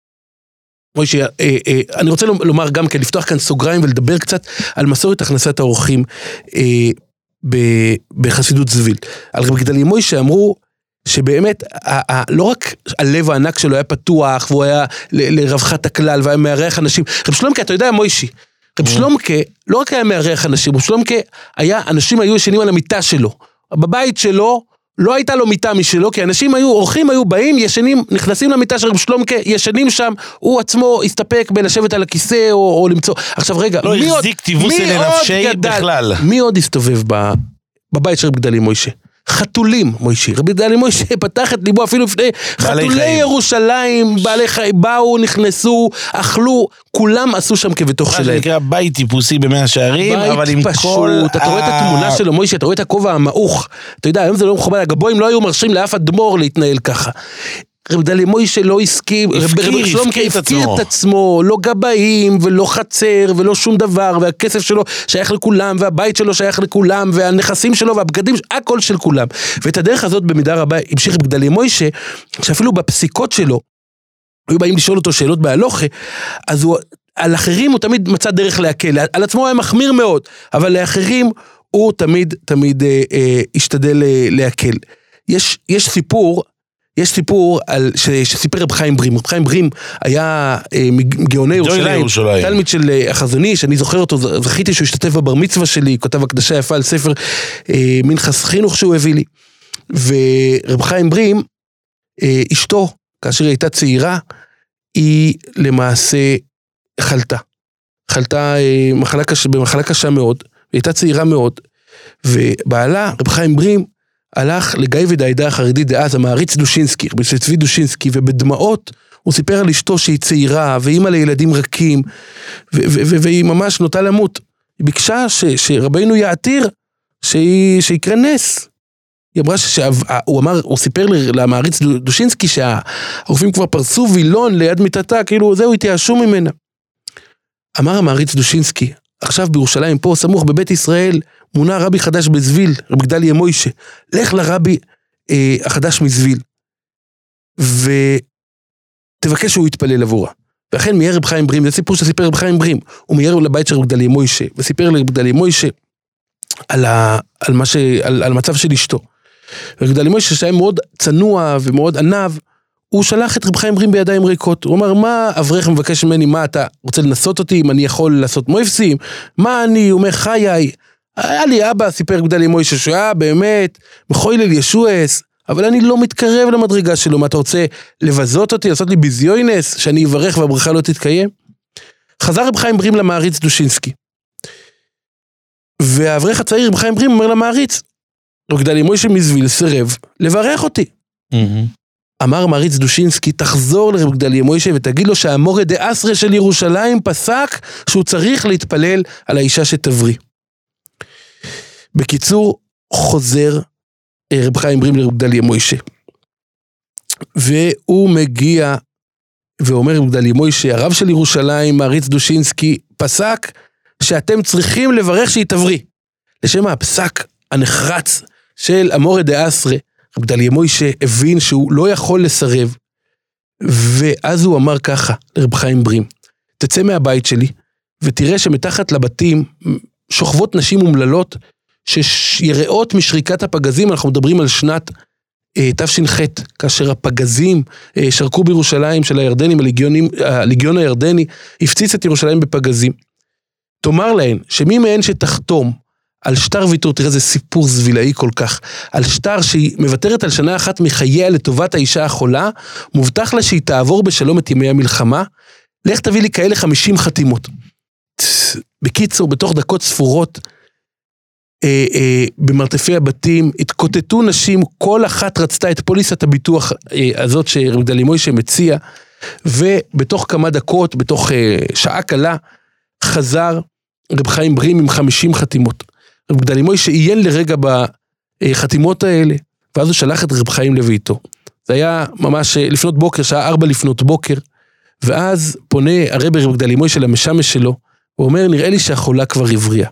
Speaker 2: מוישה, אה, אה, אני רוצה לומר גם כן, לפתוח כאן סוגריים ולדבר קצת על מסורת הכנסת האורחים אה, ב... בחסידות זביל. על רב גדליה מוישה אמרו, שבאמת, ה- ה- לא רק הלב הענק שלו היה פתוח, והוא היה ל- לרווחת הכלל, והיה מארח אנשים. רב שלומקה, אתה יודע, מוישי, רב שלומקה לא רק היה מארח אנשים, רב שלומקה היה, אנשים היו ישנים על המיטה שלו. בבית שלו לא הייתה לו מיטה משלו, כי אנשים היו, אורחים היו באים, ישנים, נכנסים למיטה של רב שלומקה, ישנים שם, הוא עצמו הסתפק בלשבת על הכיסא, או, או למצוא. עכשיו רגע,
Speaker 3: לא
Speaker 2: מי עוד,
Speaker 3: החזיק טיבוס אל נפשי בכלל.
Speaker 2: מי עוד הסתובב ב, בבית של רב גדליה מוישה? חתולים, מוישי. רבי גדליה מוישה פתח את ליבו אפילו לפני חתולי חיים. ירושלים, בעלי חיים, באו, נכנסו, אכלו, כולם עשו שם כבתוך שלהם.
Speaker 3: זה נקרא בית טיפוסי במאה שערים, אבל עם
Speaker 2: פשוט,
Speaker 3: כל...
Speaker 2: אתה רואה את התמונה שלו, מוישה, אתה רואה את הכובע המעוך. אתה יודע, היום זה לא מכובד, הגבוהים לא היו מרשים לאף אדמו"ר להתנהל ככה. רב גדליה מוישה לא הסכים, רב שלומקה הפקיר את עצמו, לא גבאים ולא חצר ולא שום דבר, והכסף שלו שייך לכולם, והבית שלו שייך לכולם, והנכסים שלו והבגדים, הכל של כולם. ואת הדרך הזאת במידה רבה המשיך רב גדליה מוישה, שאפילו בפסיקות שלו, היו באים לשאול אותו שאלות בהלוכה, אז הוא, על אחרים הוא תמיד מצא דרך להקל, על עצמו הוא היה מחמיר מאוד, אבל לאחרים הוא תמיד, תמיד אה, אה, השתדל אה, להקל. יש, יש סיפור, יש סיפור על, ש, שסיפר רב חיים ברם, רב חיים ברם היה אה, מגאוני ירושלים, תלמיד של אה, החזון איש, אני זוכר אותו, זכיתי שהוא השתתף בבר מצווה שלי, כותב הקדשה יפה על ספר אה, מנחס חינוך שהוא הביא לי, ורב חיים ברם, אה, אשתו, כאשר היא הייתה צעירה, היא למעשה חלתה, חלתה אה, מחלה קשה, במחלה קשה מאוד, היא הייתה צעירה מאוד, ובעלה, רב חיים ברם, הלך לגייבד העדה החרדית דאז, המעריץ דושינסקי, רבי צבי דושינסקי, ובדמעות הוא סיפר על אשתו שהיא צעירה, ואימא לילדים רכים, ו- ו- ו- והיא ממש נוטה למות. היא ביקשה ש- שרבינו יעתיר, שהיא- שיקרה נס. היא אמרה שהוא אמר, הוא סיפר למעריץ דושינסקי, שהרופאים כבר פרסו וילון ליד מיטתה, כאילו זהו, התייאשו ממנה. אמר המעריץ דושינסקי, עכשיו בירושלים פה, סמוך בבית ישראל, מונה רבי חדש בזביל, רבי גדליה מוישה, לך לרבי אה, החדש מזביל, ותבקש שהוא יתפלל עבורה. ואכן מייר רב חיים ברם, זה סיפור שסיפר רב חיים ברם, הוא מייר לבית של רבי גדליה מוישה, וסיפר לרבי גדליה מוישה, על, ה, על, מה ש, על, על מצב של אשתו. רבי גדליה מוישה שהיה מאוד צנוע ומאוד ענב, הוא שלח את רב חיים ברם בידיים ריקות, הוא אמר, מה אברך מבקש ממני, מה אתה רוצה לנסות אותי, אם אני יכול לעשות מויפסים, מה אני, הוא אומר, חיי, היה לי אבא, סיפר גדליה מוישה, שהוא היה באמת, מחויל אל ישועס, אבל אני לא מתקרב למדרגה שלו, מה אתה רוצה לבזות אותי, לעשות לי ביזיונס, שאני אברך והברכה לא תתקיים? חזר רב חיים ברם למעריץ דושינסקי, והאברך הצעיר רב חיים ברים אומר למעריץ, רב גדליה מוישה מזוויל סירב לברך אותי. אמר מעריץ דושינסקי, תחזור לרב גדליה מוישה ותגיד לו שהאמורי דאסרי של ירושלים פסק שהוא צריך להתפלל על האישה שתבריא. בקיצור, חוזר רב חיים ברים לרב גדליה מוישה. והוא מגיע ואומר רב גדליה מוישה, הרב של ירושלים, מעריץ דושינסקי, פסק שאתם צריכים לברך שהיא תבריא. לשם הפסק הנחרץ של אמורי דאסרי, רב גדליה מוישה הבין שהוא לא יכול לסרב, ואז הוא אמר ככה לרב חיים ברים, תצא מהבית שלי, ותראה שמתחת לבתים שוכבות נשים אומללות, שיראות משריקת הפגזים, אנחנו מדברים על שנת אה, תש"ח, כאשר הפגזים אה, שרקו בירושלים של הירדנים, הליגיונים, הליגיון הירדני, הפציץ את ירושלים בפגזים. תאמר להן, שמי מהן שתחתום, על שטר ויתור, תראה זה סיפור זבילאי כל כך, על שטר שהיא מוותרת על שנה אחת מחייה לטובת האישה החולה, מובטח לה שהיא תעבור בשלום את ימי המלחמה, לך תביא לי כאלה חמישים חתימות. בקיצור, בתוך דקות ספורות, אה, אה, במרתפי הבתים, התקוטטו נשים, כל אחת רצתה את פוליסת הביטוח אה, הזאת שרב גדליה מוישה מציע, ובתוך כמה דקות, בתוך אה, שעה קלה, חזר רב חיים ברים עם חמישים חתימות. רב גדליה מוישה עיין לרגע בחתימות האלה, ואז הוא שלח את רב חיים לביתו. זה היה ממש לפנות בוקר, שעה ארבע לפנות בוקר, ואז פונה הרב רב גדליה מוישה למשמש שלו, הוא אומר, נראה לי שהחולה כבר הבריאה.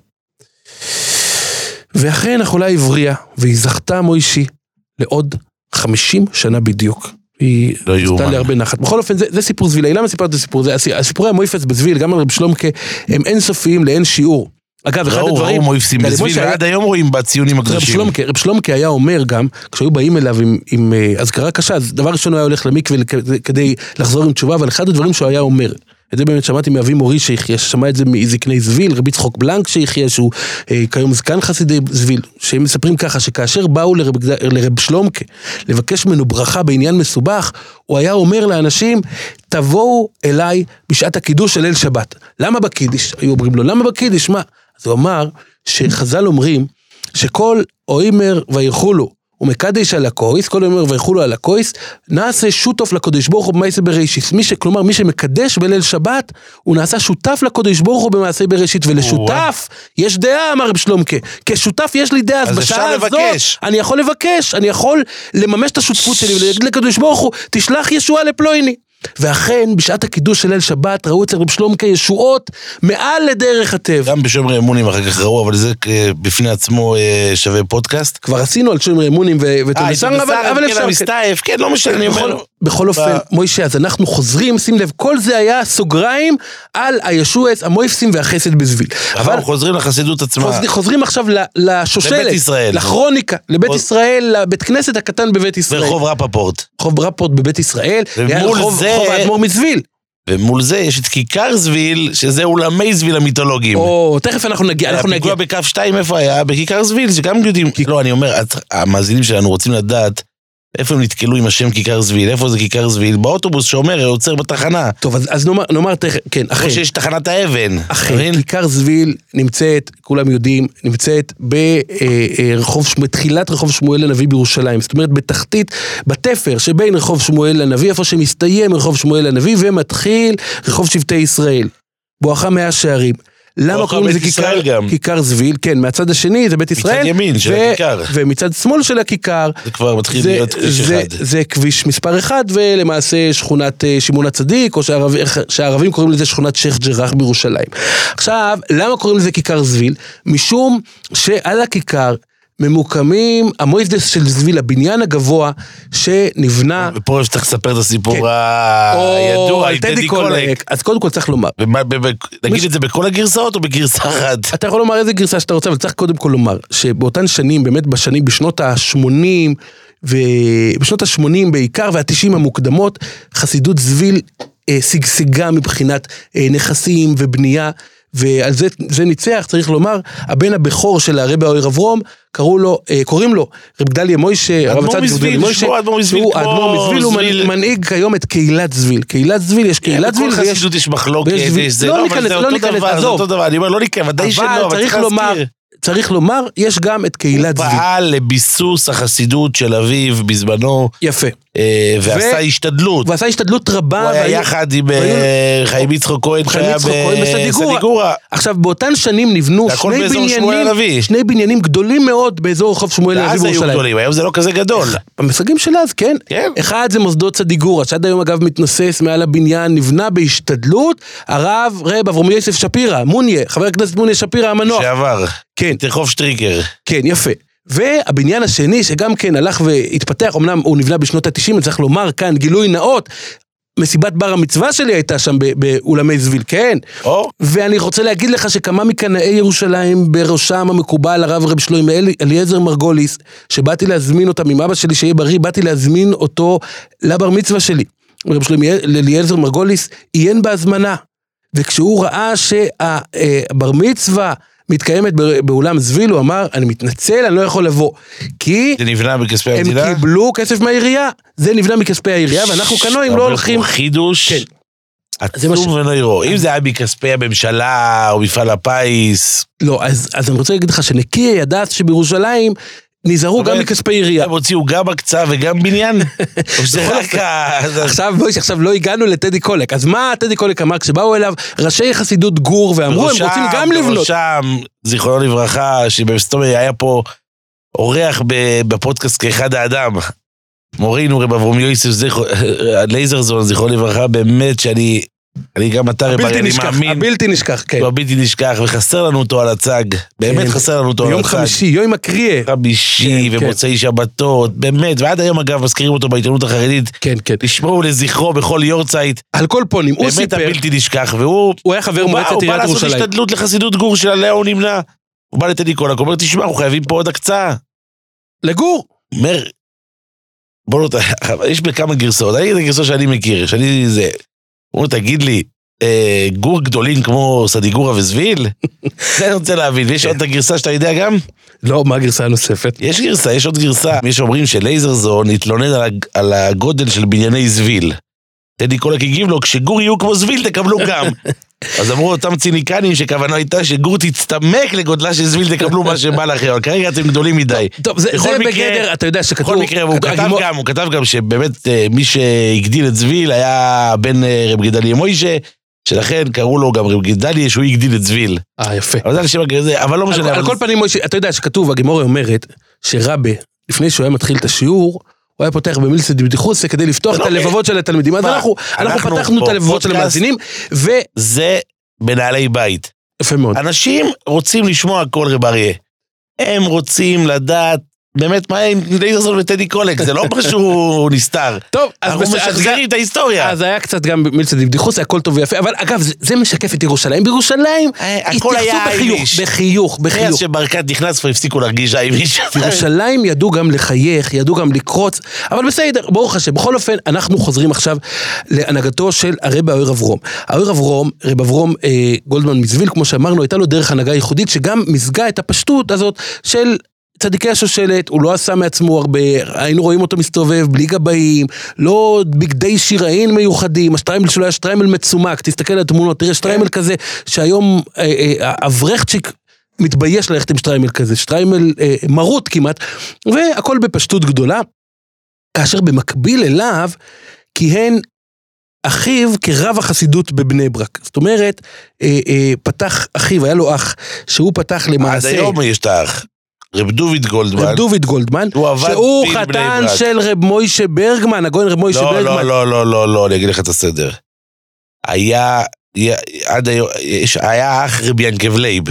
Speaker 2: ואכן החולה הבריאה, והיא זכתה מוישי לעוד חמישים שנה בדיוק. היא זכתה להרבה נחת. בכל אופן, זה, זה סיפור זבילאי. למה סיפרת את הסיפור? זה, הסיפורי המויפס בזביל, גם על רב שלומקה, הם אינסופיים לאין שיעור. אגב, אחד הדברים...
Speaker 3: ראו מויפסים בזביל, ועד היום רואים בציונים הקדושים.
Speaker 2: רב שלומקה היה אומר גם, כשהיו באים אליו עם, עם אזכרה קשה, אז דבר ראשון הוא היה הולך למקווה כדי לחזור עם תשובה, אבל אחד הדברים שהוא היה אומר, את זה באמת שמעתי מאבי מורי שיחיה, ששמע את זה מזקני זביל, רבי צחוק בלנק שיחיה, שהוא אה, כיום זקן חסידי זביל, שהם מספרים ככה, שכאשר באו לרב, לרב שלומקה, לבקש ממנו ברכה בעניין מסובך, הוא היה אומר לאנשים, תבואו אליי בשעת הקידוש של ליל שבת. למה בקידיש? היו אומרים לו, למה בקידיש? מה? אז הוא אמר, שחז"ל אומרים, שכל אוימר ויחולו, ומקדש על הקויס, כל אומר ויחולו על הקויס, נעשה שותף לקודש ברוך הוא במעשה בראשית. מי ש, כלומר, מי שמקדש בליל שבת, הוא נעשה שותף לקודש ברוך הוא במעשה בראשית, ולשותף יש דעה, אמר רב שלומקה, כשותף יש לי דעה, אז בשעה הזאת, אני יכול לבקש, אני יכול לממש את השותפות שלי, ולהגיד לקודש ברוך הוא, תשלח ישועה לפלויני. ואכן, בשעת הקידוש של ליל שבת, ראו אצל רב שלומקה ישועות מעל לדרך הטבע.
Speaker 3: גם בשומרי אמונים אחר כך ראו, אבל זה בפני עצמו שווה פודקאסט.
Speaker 2: כבר עשינו על שומרי אמונים ותוניסן, אבל אפשר...
Speaker 3: מסתעף, כן, לא משנה, אני אומר...
Speaker 2: בכל אופן, מוישה, אז אנחנו חוזרים, שים לב, כל זה היה סוגריים על הישועס, המויפסים והחסד בזביל.
Speaker 3: אבל חוזרים לחסידות עצמה.
Speaker 2: חוזרים עכשיו לשושלת, לכרוניקה, לבית ישראל, לבית כנסת הקטן בבית ישראל.
Speaker 3: ורחוב רפפורט.
Speaker 2: רחוב רפפורט בבית ישראל,
Speaker 3: ומול זה...
Speaker 2: רחוב האדמו"ר מזביל.
Speaker 3: ומול זה יש את כיכר זביל, שזה אולמי זביל המיתולוגיים.
Speaker 2: או, תכף אנחנו נגיע, אנחנו נגיע.
Speaker 3: הפיגוע בקו שתיים איפה היה? בכיכר זביל, שגם יודעים. לא, אני אומר, המאזינים שלנו רוצים לדעת, איפה הם נתקלו עם השם כיכר זביל? איפה זה כיכר זביל? באוטובוס שאומר, יוצר בתחנה.
Speaker 2: טוב, אז, אז נאמר, נאמר, כן, אחרי.
Speaker 3: כמו שיש תחנת האבן.
Speaker 2: אחרי, כיכר זביל נמצאת, כולם יודעים, נמצאת ברחוב, בתחילת רחוב שמואל הנביא בירושלים. זאת אומרת, בתחתית, בתפר שבין רחוב שמואל הנביא, איפה שמסתיים רחוב שמואל הנביא, ומתחיל רחוב שבטי ישראל. בואכה מאה שערים. למה קוראים לזה כיכר, כיכר זביל? כן, מהצד השני זה בית ישראל.
Speaker 3: מצד ימין של הכיכר.
Speaker 2: ומצד שמאל של הכיכר.
Speaker 3: זה כבר מתחיל להיות כביש אחד.
Speaker 2: זה כביש מספר אחד, ולמעשה שכונת שמעון הצדיק, או שהערבים קוראים לזה שכונת שייח' ג'ראח בירושלים. עכשיו, למה קוראים לזה כיכר זביל? משום שעל הכיכר ממוקמים המויפדס של זביל, הבניין הגבוה שנבנה...
Speaker 3: ופה יש צריך לספר את הסיפור הידוע על טדי קולק.
Speaker 2: אז קודם כל צריך לומר.
Speaker 3: נגיד את זה בכל הגרסאות או בגרסה אחת?
Speaker 2: אתה יכול לומר איזה גרסה שאתה רוצה, אבל צריך קודם כל לומר, שבאותן שנים, באמת בשנים, בשנות ה-שמונים, ובשנות ה-שמונים בעיקר, וה-תשעים המוקדמות, חסידות זביל שגשגה מבחינת נכסים ובנייה, ועל זה, זה ניצח, צריך לומר, הבן הבכור של הרבי האויר אברום, קראו לו, קוראים לו, רב גדליה מוישה,
Speaker 3: אדמו"ר מזביל, שהוא אדמו"ר מזביל,
Speaker 2: אדמו"ר מזביל, הוא מנהיג כיום את קהילת זביל, קהילת זביל, יש קהילת זביל,
Speaker 3: בכל חסידות יש מחלוקת, לא ניכנס,
Speaker 2: לא ניכנס,
Speaker 3: זה אותו דבר, אני אומר, לא ניכנס, ודאי שלא,
Speaker 2: אבל צריך לומר, צריך לומר, יש גם את קהילת זוויל.
Speaker 3: הוא פעל לביסוס החסידות של אביו בזמנו.
Speaker 2: יפה.
Speaker 3: ועשה השתדלות.
Speaker 2: ועשה השתדלות רבה.
Speaker 3: הוא היה יחד עם חיים יצחק כהן,
Speaker 2: חיים יצחק כהן בסדיגורה. עכשיו, באותן שנים נבנו שני בניינים, שני בניינים גדולים מאוד באזור רחוב שמואל הנביא בירושלים.
Speaker 3: אז היו גדולים, היום זה לא כזה גדול.
Speaker 2: במושגים של אז, כן. אחד זה מוסדות סדיגורה, שעד היום אגב מתנוסס מעל הבניין, נבנה בהשתדלות, הרב רב אברהם יוסף שפירא, מוניה, חבר הכנסת מוניה שפירא המנוח.
Speaker 3: שעבר.
Speaker 2: כן.
Speaker 3: תרחוב שטריקר.
Speaker 2: כן, יפה. והבניין השני שגם כן הלך והתפתח, אמנם הוא נבנה בשנות ה-תשעים, צריך לומר כאן גילוי נאות, מסיבת בר המצווה שלי הייתה שם באולמי זוויל, כן. או. ואני רוצה להגיד לך שכמה מקנאי ירושלים, בראשם המקובל הרב רב שלמה אליעזר מרגוליס, שבאתי להזמין אותם עם אבא שלי שיהיה בריא, באתי להזמין אותו לבר מצווה שלי. רב שלמה אליעזר מרגוליס עיין בהזמנה, וכשהוא ראה שהבר מצווה מתקיימת באולם זוויל, הוא אמר, אני מתנצל, אני לא יכול לבוא. כי
Speaker 3: זה נבנה בכספי המדינה?
Speaker 2: הם קיבלו כסף מהעירייה. זה נבנה מכספי העירייה, ואנחנו קנועים לא הולכים.
Speaker 3: חידוש עצום ונוירו. אם זה היה מכספי הממשלה, או מפעל הפיס.
Speaker 2: לא, אז אני רוצה להגיד לך שנקי ידעת שבירושלים, נזהרו גם מכספי עירייה.
Speaker 3: הם הוציאו גם הקצה וגם בניין?
Speaker 2: עכשיו לא הגענו לטדי קולק. אז מה טדי קולק אמר? כשבאו אליו ראשי חסידות גור, ואמרו, הם רוצים גם לבנות.
Speaker 3: בראשם, זיכרונו לברכה, שבסתומי היה פה אורח בפודקאסט כאחד האדם. מורינו רב אברהם יוסף לייזרזון, זיכרונו לברכה, באמת שאני... אני גם אתה רבי, אני מאמין.
Speaker 2: הבלתי נשכח, כן.
Speaker 3: הבלתי נשכח, וחסר לנו אותו על הצג. באמת חסר לנו אותו על הצג.
Speaker 2: יום חמישי, יום הקריאה.
Speaker 3: חמישי ומוצאי שבתות, באמת. ועד היום אגב מזכירים אותו בעיתונות החרדית.
Speaker 2: כן, כן.
Speaker 3: לשמור לזכרו בכל יורצייט.
Speaker 2: על כל פונים, הוא סיפר.
Speaker 3: באמת הבלתי נשכח, והוא...
Speaker 2: הוא היה חבר מועצת עיריית ירושלים.
Speaker 3: הוא בא לעשות השתדלות לחסידות גור של עליה הוא נמנע. הוא בא לטדי קולק, הוא אומר, תשמע, אנחנו חייבים פה עוד הקצאה.
Speaker 2: לגור.
Speaker 3: אומר, בוא לא, יש בכמה גרסאות. אני אגיד את הגרסאות שאני מכיר, שאני זה. הוא תגיד לי, גור גדולים כמו סדיגורה וזוויל? זה אני רוצה להבין. ויש עוד את הגרסה שאתה יודע גם?
Speaker 2: לא, מה הגרסה הנוספת?
Speaker 3: יש גרסה, יש עוד גרסה. יש אומרים שלייזרזון התלונן על הגודל של בנייני זוויל. טדי קולק הגיב לו, כשגור יהיו כמו זוויל תקבלו גם. אז אמרו אותם ציניקנים שכוונו הייתה שגור תצטמק לגודלה של זוויל תקבלו מה שבא לכם, אבל כרגע אתם גדולים מדי.
Speaker 2: טוב, זה בגדר, אתה יודע שכתוב...
Speaker 3: בכל מקרה, הוא כתב גם, הוא כתב גם שבאמת מי שהגדיל את זוויל היה בן רב גדליה מוישה, שלכן קראו לו גם רב גדליה שהוא הגדיל את זוויל.
Speaker 2: אה, יפה.
Speaker 3: אבל זה אנשים כזה, אבל לא משנה.
Speaker 2: על כל פנים, אתה יודע שכתוב, הגמורה אומרת, שרבי, לפני שהוא היה מתחיל את השיעור, הוא היה פותח במילסא דבדיחותא כדי לפתוח את הלבבות של התלמידים. אז אנחנו פתחנו את הלבבות של המאזינים,
Speaker 3: וזה בנעלי בית.
Speaker 2: יפה מאוד.
Speaker 3: אנשים רוצים לשמוע כל רב אריה. הם רוצים לדעת באמת מה עם לייזרזון וטדי קולק, זה לא משהו נסתר.
Speaker 2: טוב,
Speaker 3: אנחנו משחזרים את ההיסטוריה.
Speaker 2: אז היה קצת גם במילסא דבדיחותא, הכל טוב ויפה, אבל אגב, זה משקף את ירושלים. בירושלים
Speaker 3: הכל היה
Speaker 2: בחיוך, בחיוך, בחיוך.
Speaker 3: אז שברקת נכנס כבר הפסיקו להרגיש עם מישהו.
Speaker 2: ירושלים ידעו גם לחייך, ידעו גם לקרוץ, אבל בסדר, ברוך השם. בכל אופן, אנחנו חוזרים עכשיו להנהגתו של הרב האור אברום. האור אברום, רב אברום גולדמן מזוויל, כמו שאמרנו, הייתה לו דרך הנהגה ייחודית, שגם מזגה את הפשטות הזאת של צדיקי השושלת. הוא לא עשה מעצמו הרבה, היינו רואים אותו מסתובב בלי גבאים, לא בגדי שיראין מיוחדים, השטריימל שלו היה שטריימל מצומק, תסתכל על התמונות, תראה שטריימל כזה, שהיום אברכצ'יק מתבייש ללכת עם שטריימל כזה, שטריימל מרות כמעט, והכל בפשטות גדולה, כאשר במקביל אליו, כיהן אחיו כרב החסידות בבני ברק. זאת אומרת, פתח אחיו, היה לו אח, שהוא פתח למעשה...
Speaker 3: עד היום יש את האח. רב דוד גולדמן.
Speaker 2: רב דוד גולדמן, שהוא חתן של רב מוישה ברגמן, הגויין רב מוישה ברגמן.
Speaker 3: לא, לא, לא, לא, לא, אני אגיד לך את הסדר. היה, עד היום, היה אח רב ינקב לייב,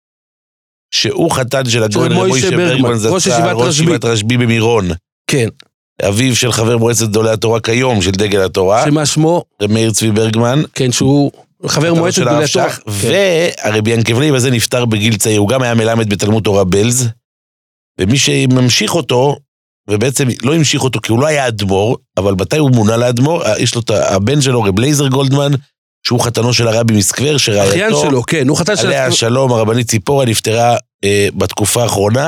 Speaker 3: שהוא חתן של הגויין רב מוישה ברגמן,
Speaker 2: ראש ישיבת
Speaker 3: רשב"י במירון.
Speaker 2: כן.
Speaker 3: אביו של חבר מועצת גדולי התורה כיום, של דגל התורה.
Speaker 2: שמה שמו?
Speaker 3: רב מאיר צבי ברגמן.
Speaker 2: כן, שהוא... חבר מועצת גדולי התורה.
Speaker 3: והרבי ינקב לייב הזה נפטר בגיל צעיר, הוא גם היה מלמד בתלמוד תורה בלז, ומי שממשיך אותו, ובעצם לא המשיך אותו כי הוא לא היה אדמו"ר, אבל מתי הוא מונה לאדמו"ר? יש לו את הבן שלו, רב לייזר גולדמן, שהוא חתנו של הרבי מסקבר, שרעייתו,
Speaker 2: אחיין שלו, כן, הוא חתן של...
Speaker 3: עליה השלום, הרבנית ציפורה, נפטרה אה, בתקופה האחרונה,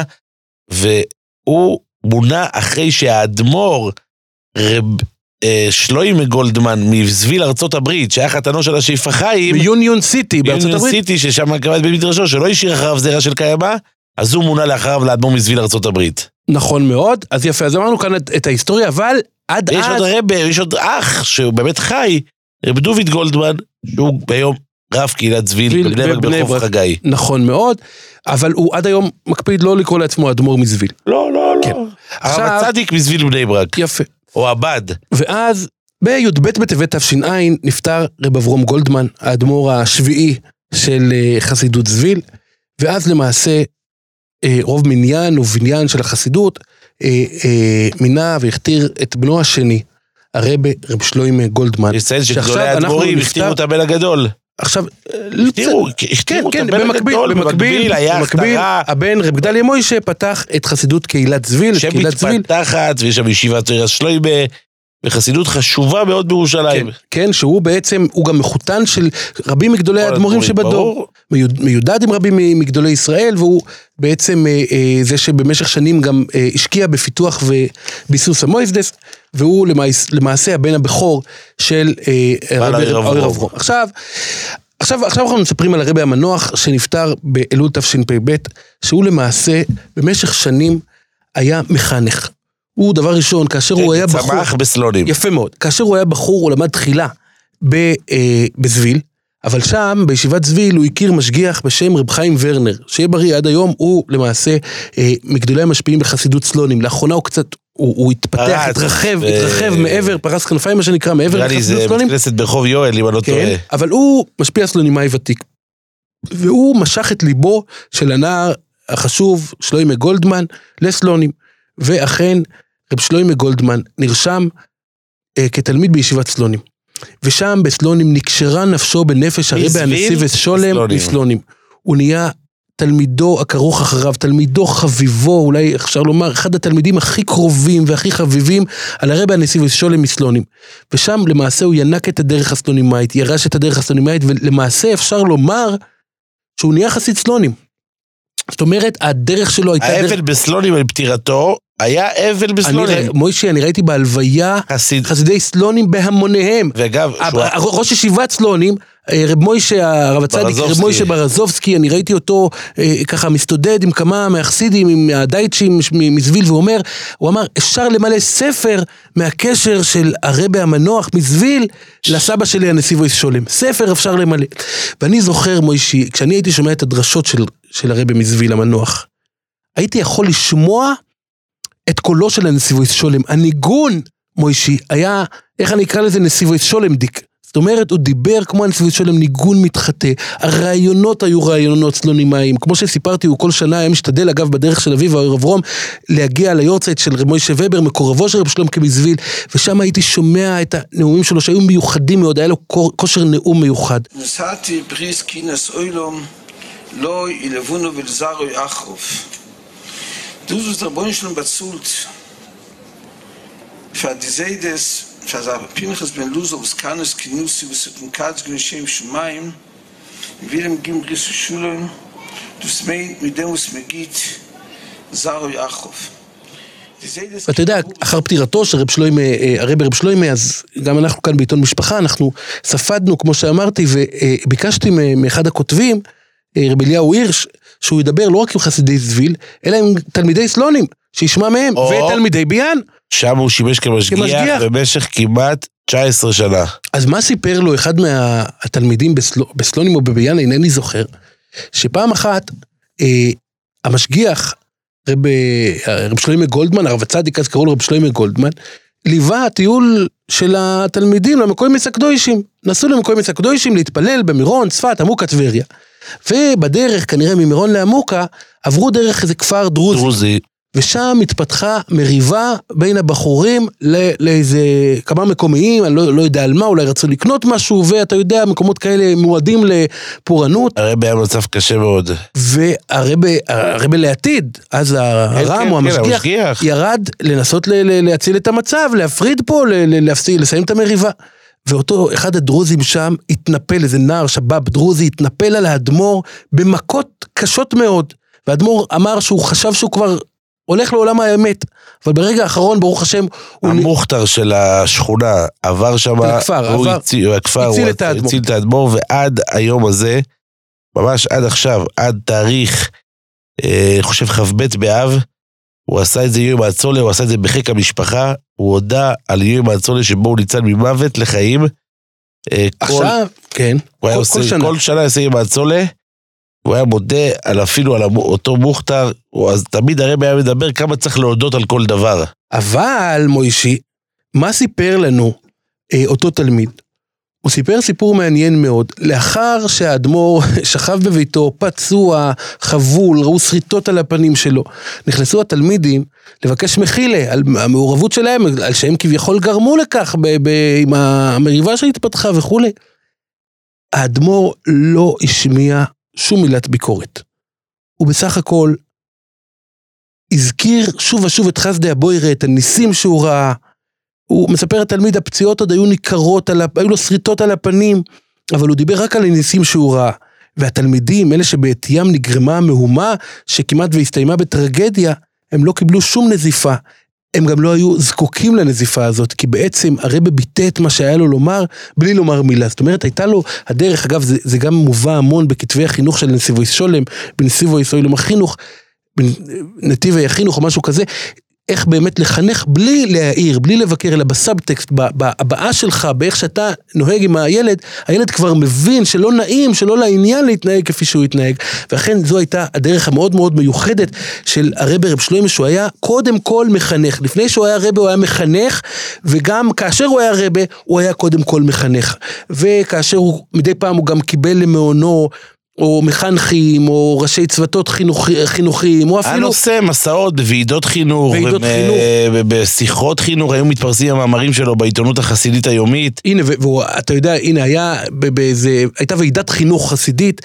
Speaker 3: והוא מונה אחרי שהאדמו"ר, רב אה, שלוימה גולדמן, מזוויל ארצות הברית, שהיה חתנו של השאיפה חיים,
Speaker 2: ביוניון סיטי, בארצות הברית.
Speaker 3: ביוניון סיטי, ששם קבעת במדרשו, שלא השאיר אחריו זרע של קיימה, אז הוא מונה לאחריו לאדמו"ר מזוויל ארצות הברית.
Speaker 2: נכון מאוד, אז יפה, אז אמרנו כאן את, את ההיסטוריה, אבל עד
Speaker 3: יש
Speaker 2: אז...
Speaker 3: עוד רב, יש עוד אח שהוא באמת חי, רב דוד גולדמן, שהוא ביום רב קהילת זוויל, בבני ברק ברחוב חגי.
Speaker 2: נכון מאוד, אבל הוא עד היום מקפיד לא לקרוא לעצמו אדמו"ר מזוויל.
Speaker 3: לא, לא, לא.
Speaker 2: כן.
Speaker 3: הרב
Speaker 2: עכשיו...
Speaker 3: הצדיק מזוויל בני ברק.
Speaker 2: יפה.
Speaker 3: או הבד.
Speaker 2: ואז בי"ב בטבת תש"ע נפטר רב אברום גולדמן, האדמו"ר השביעי של חסידות זוויל, ואז למעשה רוב מניין ובניין של החסידות מינה והכתיר את בנו השני, הרב רב שלוימה גולדמן.
Speaker 3: יש לציין שגדולי האדמו"רים הכתירו את הבן הגדול.
Speaker 2: עכשיו,
Speaker 3: הכתירו את הבן הגדול, במקביל היה הכתרה.
Speaker 2: הבן רב גדליה מוישה פתח את חסידות קהילת זוויל.
Speaker 3: שמתפתחת, ויש שם ישיבת תורה שלוימה, וחסידות חשובה מאוד בירושלים.
Speaker 2: כן, כן, שהוא בעצם, הוא גם מחותן של רבים מגדולי האדמו"רים שבדור. מיודד עם רבים מגדולי ישראל, והוא בעצם אה, זה שבמשך שנים גם אה, השקיע בפיתוח וביסוס המויזדס, והוא למעשה, למעשה הבן הבכור של אה, רבי אור אברום. עכשיו, עכשיו, עכשיו אנחנו מספרים על הרבי המנוח שנפטר באלול תשפ"ב, שהוא למעשה במשך שנים היה מחנך. הוא דבר ראשון, כאשר הוא היה בחור...
Speaker 3: צמח בסלונים.
Speaker 2: יפה מאוד. כאשר הוא היה בחור, הוא למד תחילה בזוויל, אבל שם, בישיבת זוויל, הוא הכיר משגיח בשם רב חיים ורנר, שיהיה בריא עד היום, הוא למעשה מגדולי המשפיעים בחסידות סלונים. לאחרונה הוא קצת, הוא התפתח, התרחב, התרחב מעבר, פרס כנפיים, מה שנקרא, מעבר לחסידות סלונים.
Speaker 3: נראה לי זה בית ברחוב יואל, אם אני לא טועה.
Speaker 2: אבל הוא משפיע סלונימאי ותיק. והוא משך את ליבו של הנער החשוב, שלוימה גולדמן, לסלונים. ואכן, רב שלוימה גולדמן נרשם אה, כתלמיד בישיבת סלונים. ושם בסלונים נקשרה נפשו בנפש הרבי הנשיא ושולם מסלונים. הוא נהיה תלמידו הכרוך אחריו, תלמידו חביבו, אולי אפשר לומר, אחד התלמידים הכי קרובים והכי חביבים על הרבי הנשיא ושולם מסלונים. ושם למעשה הוא ינק את הדרך הסלונימאית, ירש את הדרך הסלונימאית, ולמעשה אפשר לומר שהוא נהיה חסיד סלונים. זאת אומרת, הדרך שלו הייתה...
Speaker 3: האבל בסלונים על פטירתו, היה אבל בסלונים.
Speaker 2: מוישי, אני ראיתי בהלוויה
Speaker 3: חסיד.
Speaker 2: חסידי סלונים בהמוניהם.
Speaker 3: ואגב,
Speaker 2: ראש ישיבת סלונים, רב מוישה, הרב הצדיק, רב מוישה ברזובסקי, אני ראיתי אותו ככה מסתודד עם כמה מהחסידים, עם הדייטשים מזוויל, והוא אומר, הוא אמר, אפשר למלא ספר מהקשר של הרבי המנוח מזוויל, לסבא שלי הנשיא ושולם. ספר אפשר למלא. ואני זוכר, מוישי, כשאני הייתי שומע את הדרשות של, של הרבי מזוויל המנוח, הייתי יכול לשמוע את קולו של הנשיא ושולם. הניגון, מוישי, היה, איך אני אקרא לזה, נשיא ושולם דיק. זאת אומרת, הוא דיבר כמו הנשיא ושולם, ניגון מתחטא. הרעיונות היו רעיונות סלונימאיים. כמו שסיפרתי, הוא כל שנה היה משתדל, אגב, בדרך של אביו, אור אברום, להגיע ליורצייט של רב מוישה ובר, מקורבו של רב שלום כמזוויל, ושם הייתי שומע את הנאומים שלו, שהיו מיוחדים מאוד, היה לו כושר נאום מיוחד.
Speaker 4: נסעתי בריס כינס אוילום, לא ילבונו ולזרו יחרוף. Du sollst der Bonschlum bezahlt für die Seides, für das Pinchas ben Luzo, was kann es Kinussi, was hat ein Katz Gnishem Shumayim, wie dem Gim Risu Shulam, du smeint mit dem, was megit, Zaro Yachov.
Speaker 2: ואתה יודע, אחר פטירתו של רב שלוימה, הרב רב שלוימה, אז גם אנחנו כאן בעיתון משפחה, אנחנו ספדנו, כמו שאמרתי, וביקשתי מאחד הכותבים, רב אליהו הירש, שהוא ידבר לא רק עם חסידי זוויל, אלא עם תלמידי סלונים, שישמע מהם, ותלמידי ביאן.
Speaker 3: שם הוא שימש כמשגיח במשך כמעט תשע עשרה שנה. אז
Speaker 2: מה סיפר לו אחד מהתלמידים בסלונים או בביאן, אינני זוכר, שפעם אחת, המשגיח, רב שלוימה גולדמן, הרב הצדיק, אז קראו לו רב שלוימה גולדמן, ליווה הטיול של התלמידים למקום מסקדוישים. נסעו למקום מסקדוישים להתפלל במירון, צפת, עמוקה, טבריה. ובדרך, כנראה ממירון לעמוקה, עברו דרך איזה כפר דרוזי. דרוזי. ושם התפתחה מריבה בין הבחורים לאיזה כמה מקומיים, אני לא, לא יודע על מה, אולי רצו לקנות משהו, ואתה יודע, מקומות כאלה מועדים לפורענות.
Speaker 3: הרבי היה מצב קשה מאוד.
Speaker 2: והרבי, הרבי לעתיד, אז הרם או המשגיח, ירד לנסות להציל את המצב, להפריד פה, להפסיק, לסיים את המריבה. ואותו אחד הדרוזים שם התנפל, איזה נער שבב דרוזי, התנפל על האדמו"ר במכות קשות מאוד. והאדמו"ר אמר שהוא חשב שהוא כבר הולך לעולם האמת, אבל ברגע האחרון, ברוך השם,
Speaker 3: המוכתר הוא... של השכונה עבר שם,
Speaker 2: הכפר,
Speaker 3: הוא
Speaker 2: עבר,
Speaker 3: הציל, הכפר,
Speaker 2: הציל,
Speaker 3: הוא
Speaker 2: את האדמו"ר.
Speaker 3: הציל את האדמו"ר, ועד היום הזה, ממש עד עכשיו, עד תאריך אני חושב חבט באב, הוא עשה את זה יום העצולה, הוא עשה את זה בחיק המשפחה, הוא הודע על יום העצולה שבו הוא ניצל ממוות לחיים.
Speaker 2: עכשיו, כן,
Speaker 3: הוא היה עושה, כל שנה עושה יום העצולה, הוא היה מודה על אפילו על אותו מוכתר, אז תמיד הרבי היה מדבר כמה צריך להודות על כל דבר.
Speaker 2: אבל, מוישי, מה סיפר לנו אה, אותו תלמיד? הוא סיפר סיפור מעניין מאוד. לאחר שהאדמו"ר שכב בביתו, פצוע, חבול, ראו שריטות על הפנים שלו, נכנסו התלמידים לבקש מחילה על המעורבות שלהם, על שהם כביכול גרמו לכך ב- ב- עם המריבה שהתפתחה וכו'. האדמו"ר לא השמיע שום מילת ביקורת. הוא בסך הכל הזכיר שוב ושוב את חסדי הבוירה, את הניסים שהוא ראה. הוא מספר התלמיד, הפציעות עוד היו ניכרות, על, היו לו שריטות על הפנים, אבל הוא דיבר רק על הניסים שהוא ראה. והתלמידים, אלה שבעתיים נגרמה מהומה, שכמעט והסתיימה בטרגדיה, הם לא קיבלו שום נזיפה. הם גם לא היו זקוקים לנזיפה הזאת, כי בעצם הרבי ביטא את מה שהיה לו לומר, בלי לומר מילה. זאת אומרת, הייתה לו הדרך, אגב, זה, זה גם מובא המון בכתבי החינוך של נסיבו שולם, בנסיבו ישראל החינוך, בנתיב החינוך או משהו כזה, איך באמת לחנך בלי להעיר, בלי לבקר, אלא בסאבטקסט, בהבעה שלך, באיך שאתה נוהג עם הילד, הילד כבר מבין שלא נעים, שלא לעניין להתנהג כפי שהוא התנהג, ואכן זו הייתה הדרך המאוד מאוד מיוחדת של הרבי רב שלמה, שהוא היה קודם כל מחנך, לפני שהוא היה רבי הוא היה מחנך, וגם כאשר הוא היה רבי, הוא היה קודם כל מחנך, וכאשר הוא, מדי פעם הוא גם קיבל למעונו, או מחנכים, או ראשי צוותות חינוך, חינוכיים, או אפילו...
Speaker 3: הנושא מסעות בוועידות חינוך, ובשיחות חינוך, היו מתפרסים המאמרים שלו בעיתונות החסידית היומית.
Speaker 2: הנה, ואתה יודע, הנה, היה באיזה, הייתה ועידת חינוך חסידית,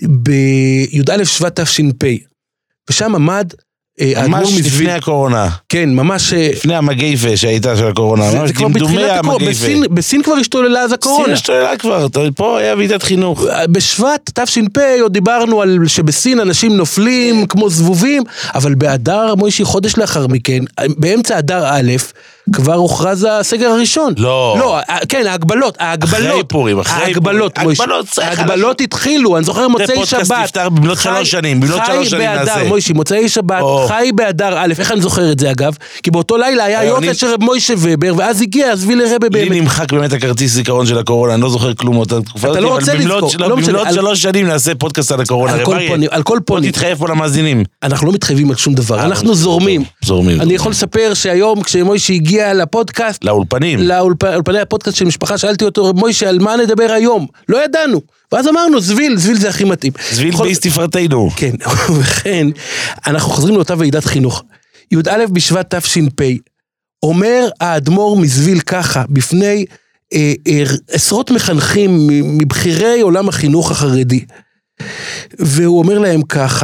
Speaker 2: בי"א שבט תש"פ, ושם עמד...
Speaker 3: ממש לפני הקורונה.
Speaker 2: כן, ממש...
Speaker 3: לפני המגייפה שהייתה של הקורונה.
Speaker 2: זה כבר בתחילת הקורונה. בסין כבר השתוללה אז הקורונה.
Speaker 3: בסין השתוללה כבר, פה היה ועידת חינוך.
Speaker 2: בשבט תש"פ עוד דיברנו על שבסין אנשים נופלים כמו זבובים, אבל באדר, מוישי, חודש לאחר מכן, באמצע אדר א', כבר הוכרז הסגר הראשון.
Speaker 3: לא.
Speaker 2: לא, כן, ההגבלות, ההגבלות.
Speaker 3: אחרי פורים, אחרי
Speaker 2: ההגבלות, מוישי. ההגבלות התחילו, אני זוכר מוצאי שבת.
Speaker 3: זה פודקאסט נפטר במלות שלוש שנים, במלות שלוש שנים נעשה.
Speaker 2: חי באדר, מוישי, מוצאי שבת, חי באדר א', איך אני זוכר את זה אגב? כי באותו לילה היה יוצא של רב מוישה ובר, ואז הגיע, אז וילה רבי באמת.
Speaker 3: לי נמחק באמת הכרטיס זיכרון של הקורונה, אני לא זוכר כלום אותה תקופה.
Speaker 2: אתה לא רוצה לזכור.
Speaker 3: במלות שלוש שנים נעשה פודקאסט על הקורונה.
Speaker 2: על כל פונים.
Speaker 3: תתחייב פה למאזינים.
Speaker 2: אנחנו לא מתחייבים על שום דבר, אנחנו זורמים. אני יכול לספר שהיום כשמוישה הגיע לפודקאסט,
Speaker 3: לאולפנים.
Speaker 2: לאולפני הפודקאסט של משפחה, שאלתי אותו, רב מוישה, על מה נדבר היום? לא ידענו. ואז אמרנו, זביל, זביל זה הכי מתאים.
Speaker 3: זביל בייס תפארתנו.
Speaker 2: כן, וכן, אנחנו חוזרים לאותה ועידת חינוך. י"א בשבט תש"פ, אומר האדמו"ר מזביל ככה, בפני אה, אה, עשרות מחנכים מבחירי עולם החינוך החרדי. והוא אומר להם ככה,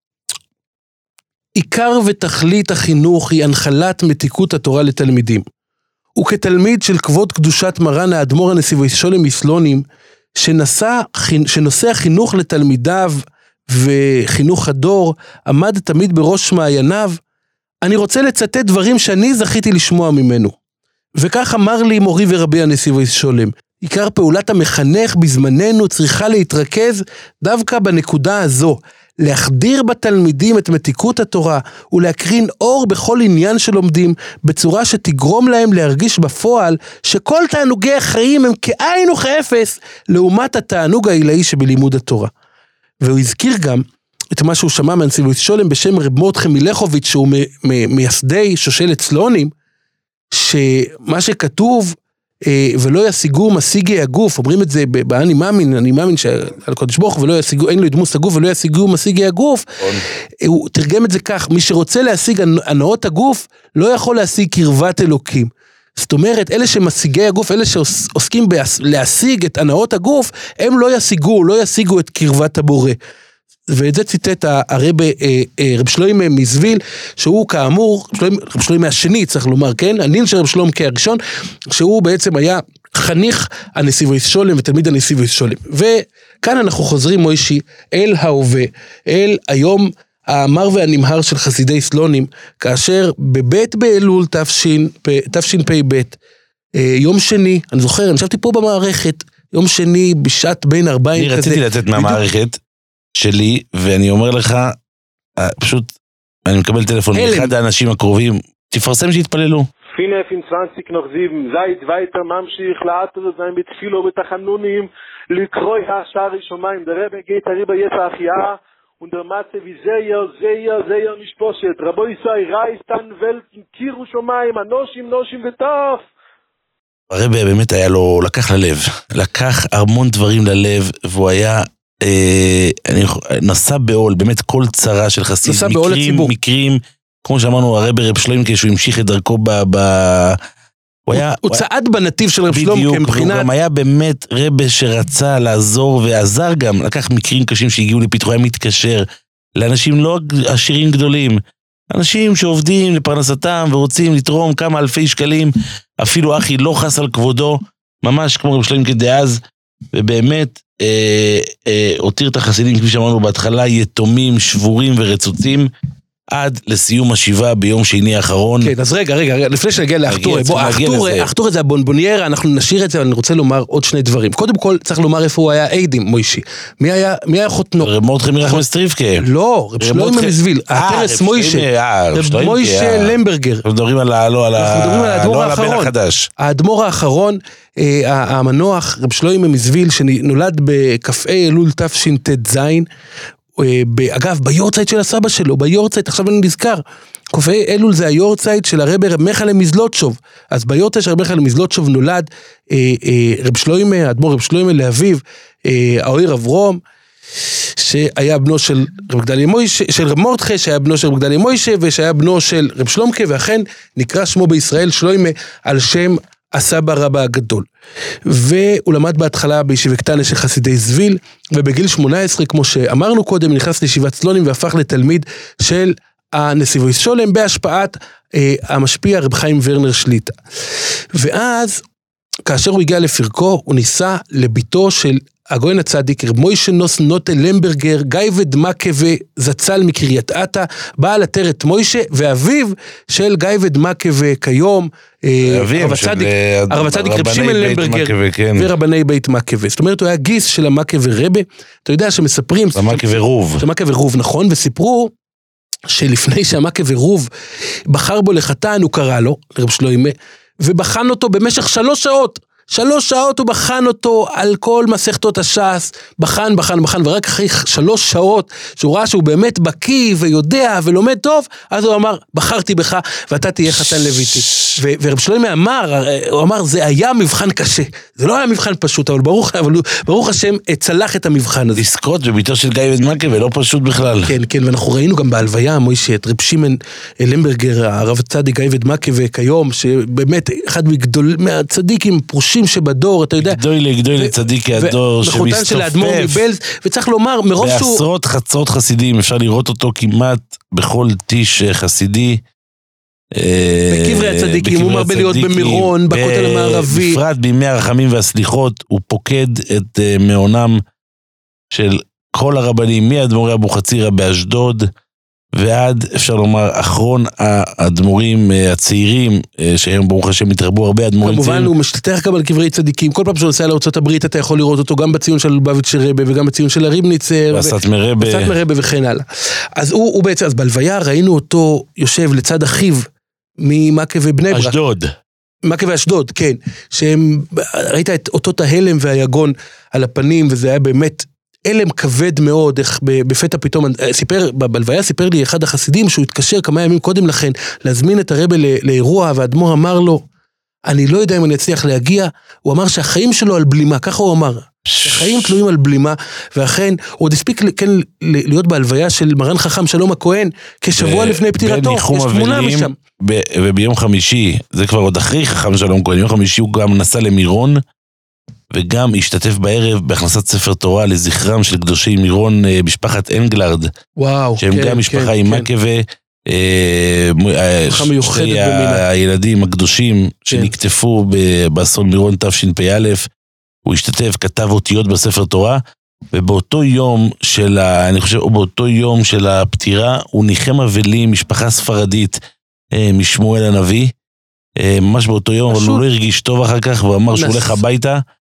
Speaker 2: עיקר ותכלית החינוך היא הנחלת מתיקות התורה לתלמידים. וכתלמיד של כבוד קדושת מרן האדמו"ר הנסיבו שולם מסלונים, שנשא, שנושא החינוך לתלמידיו וחינוך הדור, עמד תמיד בראש מעייניו, אני רוצה לצטט דברים שאני זכיתי לשמוע ממנו. וכך אמר לי מורי ורבי הנסיבו שולם, עיקר פעולת המחנך בזמננו צריכה להתרכז דווקא בנקודה הזו, להחדיר בתלמידים את מתיקות התורה, ולהקרין אור בכל עניין שלומדים, בצורה שתגרום להם להרגיש בפועל, שכל תענוגי החיים הם כאין וכאפס, לעומת התענוג העילאי שבלימוד התורה. והוא הזכיר גם את מה שהוא שמע מהנסיבו שולם, בשם רב מרדכי מילכוביץ', שהוא מייסדי שושלת סלונים, שמה שכתוב, ולא ישיגו משיגי הגוף, אומרים את זה באני מאמין, אני מאמין שעל הקודש ברוך ולא ישיגו, אין לו ידמוס הגוף ולא ישיגו משיגי הגוף, הוא תרגם את זה כך, מי שרוצה להשיג הנאות הגוף, לא יכול להשיג קרבת אלוקים. זאת אומרת, אלה שמשיגי הגוף, אלה שעוסקים להשיג את הנאות הגוף, הם לא ישיגו, לא ישיגו את קרבת הבורא. ואת זה ציטט הרבי רב שלמה מזביל, שהוא כאמור, רב שלמה השני צריך לומר, כן? הנין של רב שלמה כהראשון, שהוא בעצם היה חניך הנסיבו שולם ותלמיד הנסיבו שולם. וכאן אנחנו חוזרים מוישי אל ההווה, אל היום האמר והנמהר של חסידי סלונים, כאשר בבית באלול תשפ"ב, יום שני, אני זוכר, אני ישבתי פה במערכת, יום שני בשעת בין ארבעים
Speaker 3: כזה. אני רציתי לתת מהמערכת שלי, ואני אומר לך, פשוט, אני מקבל טלפון מאחד האנשים הקרובים, תפרסם שהתפללו.
Speaker 5: פינף אין עשרים noch sieben, seid weiter ממשיך לאתר sein mit Tfilo בתחנונים, לקרוא השער שמיים, der Rebbe geht darüber jetzt החייאה, und der Matze wie sehr, sehr, sehr משפושת, רבו ישראל, reißt an Welten, קירו שמיים, אנושים, נושים וטוב.
Speaker 3: הרבי באמת היה לו, לקח ללב, לקח המון דברים ללב, והוא היה, אה, אני, נסע בעול, באמת כל צרה של חסיד,
Speaker 2: נסע בעול
Speaker 3: מקרים,
Speaker 2: לציבור.
Speaker 3: מקרים, כמו שאמרנו, הרבי רב שלוים, כשהוא המשיך את דרכו ב... ב הוא, היה,
Speaker 2: הוא צעד בנתיב של רב שלום
Speaker 3: בדיוק,
Speaker 2: כמבחינת...
Speaker 3: הוא גם היה באמת רבי שרצה לעזור ועזר גם, לקח מקרים קשים שהגיעו לפתחו, היה מתקשר לאנשים לא עשירים גדולים, אנשים שעובדים לפרנסתם ורוצים לתרום כמה אלפי שקלים, אפילו אחי לא חס על כבודו, ממש כמו רב שלוים כדאז, ובאמת אה, אה, הותיר את החסידים, כפי שאמרנו בהתחלה, יתומים, שבורים ורצוצים, עד לסיום השבעה ביום שני האחרון.
Speaker 2: כן, אז רגע, רגע, לפני שנגיע לאחתורה, בוא, האחתורה, האחתורה זה הבונבוניירה, אנחנו נשאיר את זה, אבל אני רוצה לומר עוד שני דברים. קודם כל, צריך לומר איפה הוא היה עדים, מוישי. מי היה, מי היה חותנו?
Speaker 3: רב מרדכי מרחם סטריבקה.
Speaker 2: לא, רב שלוים מזוויל, הטרס מוישה, רב מוישה למברגר.
Speaker 3: אנחנו מדברים על האדמו"ר האחרון.
Speaker 2: האדמו"ר האחרון, המנוח, רב שלוים מזוויל, שנולד בכ"ה אלול תש"טז, אגב, ביורצייט של הסבא שלו, ביורצייט, עכשיו אני נזכר, קופאי אלול זה היורצייט של הרב רב מיכאל מזלוטשוב, אז ביורצייט של רב מיכאל מזלוטשוב נולד אה, אה, רב שלוימה, האדמו"ר רב שלוימה לאביו, אה, האויר אברום, שהיה בנו של רב גדליה מוישה, של רב מרדכי, שהיה בנו של רב גדליה מוישה, ושהיה בנו של רב שלומקה, ואכן נקרא שמו בישראל שלוימה, על שם הסבא רבא הגדול. והוא למד בהתחלה בישיבה קטנה של חסידי זוויל, ובגיל שמונה עשרה, כמו שאמרנו קודם, נכנס לישיבת צלונים, והפך לתלמיד של הנסיבויס שולם, בהשפעת אה, המשפיע רב חיים ורנר שליטה. ואז, כאשר הוא הגיע לפרקו, הוא ניסה לביתו של הגויין הצדיק, רב מוישה נוס נוטה למברגר, גייבד מקה וזצל מקריית אתא, בעל עטרת מוישה, ואביו של גייבד מקה וכיום, הרב הצדיק, הרב הצדיק רב שמעון למברגר, ורבני בית מקה. זאת אומרת, הוא היה גיס של המקה ורבה, אתה יודע שמספרים,
Speaker 3: המקה ורוב.
Speaker 2: המקה ורוב, נכון, וסיפרו, שלפני שהמקה ורוב בחר בו לחתן, הוא קרא לו, רב שלוימה, ובחן אותו במשך שלוש שעות, שלוש שעות הוא בחן אותו על כל מסכתות הש"ס, בחן, בחן, בחן, ורק אחרי שלוש שעות, שהוא ראה שהוא באמת בקיא ויודע ולומד טוב, אז הוא אמר, בחרתי בך, ואתה תהיה חתן לביתי. ורב שלוימה אמר, הוא אמר, זה היה מבחן קשה, זה לא היה מבחן פשוט, אבל ברוך, אבל ברוך השם, צלח את המבחן הזה.
Speaker 3: לזכות בביתו של גייבד מקה, ולא פשוט בכלל.
Speaker 2: כן, כן, ואנחנו ראינו גם בהלוויה, מוישה, את רב שמעון למברגר, הרב הצדיק גייבד מקה וכיום, שבאמת אחד מגדול, מהצדיקים פרושים שבדור, אתה יודע,
Speaker 3: גדוי לגדוי לצדיקי הדור
Speaker 2: שמסתופף של האדמו"ר מבלז, וצריך לומר, מרוב שהוא...
Speaker 3: בעשרות חצרות חסידים, אפשר לראות אותו כמעט בכל טיש חסידי.
Speaker 2: בקברי הצדיקים, הוא מרבה להיות במירון, בכותל המערבי.
Speaker 3: בפרט בימי הרחמים והסליחות, הוא פוקד את מעונם של כל הרבנים, מאדמו"רי אבוחצירא באשדוד, ועד, אפשר לומר, אחרון האדמו"רים הצעירים, שהיום ברוך השם מתרבו הרבה אדמו"רים צעירים.
Speaker 2: כמובן, הוא משתתח גם על קברי צדיקים, כל פעם שהוא נוסע לארצות הברית, אתה יכול לראות אותו גם בציון של לובביץ' רבה, וגם בציון של הריבניצר,
Speaker 3: וסטמר רבה.
Speaker 2: וסטמר רבה וכן הלאה. אז הוא, הוא בעצם, אז בלוויה ראינו אותו יושב לצד אחיו, ממקה ובני ברק.
Speaker 3: אשדוד.
Speaker 2: מקה ואשדוד, כן. שהם, ראית את אותות ההלם והיגון על הפנים, וזה היה באמת אלם כבד מאוד, איך בפתע פתאום, סיפר, בלוויה סיפר לי אחד החסידים, שהוא התקשר כמה ימים קודם לכן, להזמין את הרבה לאירוע, והאדמו"ר אמר לו, אני לא יודע אם אני אצליח להגיע, הוא אמר שהחיים שלו על בלימה, ככה הוא אמר, החיים תלויים על בלימה, ואכן, הוא עוד הספיק כן להיות בהלוויה של מרן חכם שלום הכהן, כשבוע לפני פטירתו, יש תמונה משם.
Speaker 3: וביום חמישי, זה כבר עוד אחרי חכם שלום כהן, ביום חמישי הוא גם נסע למירון, וגם השתתף בערב בהכנסת ספר תורה לזכרם של קדושי מירון, משפחת אנגלרד,
Speaker 2: וואו,
Speaker 3: שהם
Speaker 2: כן,
Speaker 3: גם משפחה
Speaker 2: כן,
Speaker 3: עם
Speaker 2: כן.
Speaker 3: מקה ו...
Speaker 2: שתי
Speaker 3: הילדים הקדושים שנקטפו באסון מירון תשפ"א, הוא השתתף, כתב אותיות בספר תורה, ובאותו יום של ה... אני חושב, באותו יום של הפטירה, הוא ניחם אבלים, משפחה ספרדית, משמואל הנביא, ממש באותו יום, אבל הוא לא הרגיש טוב אחר כך, והוא אמר שהוא הולך הביתה,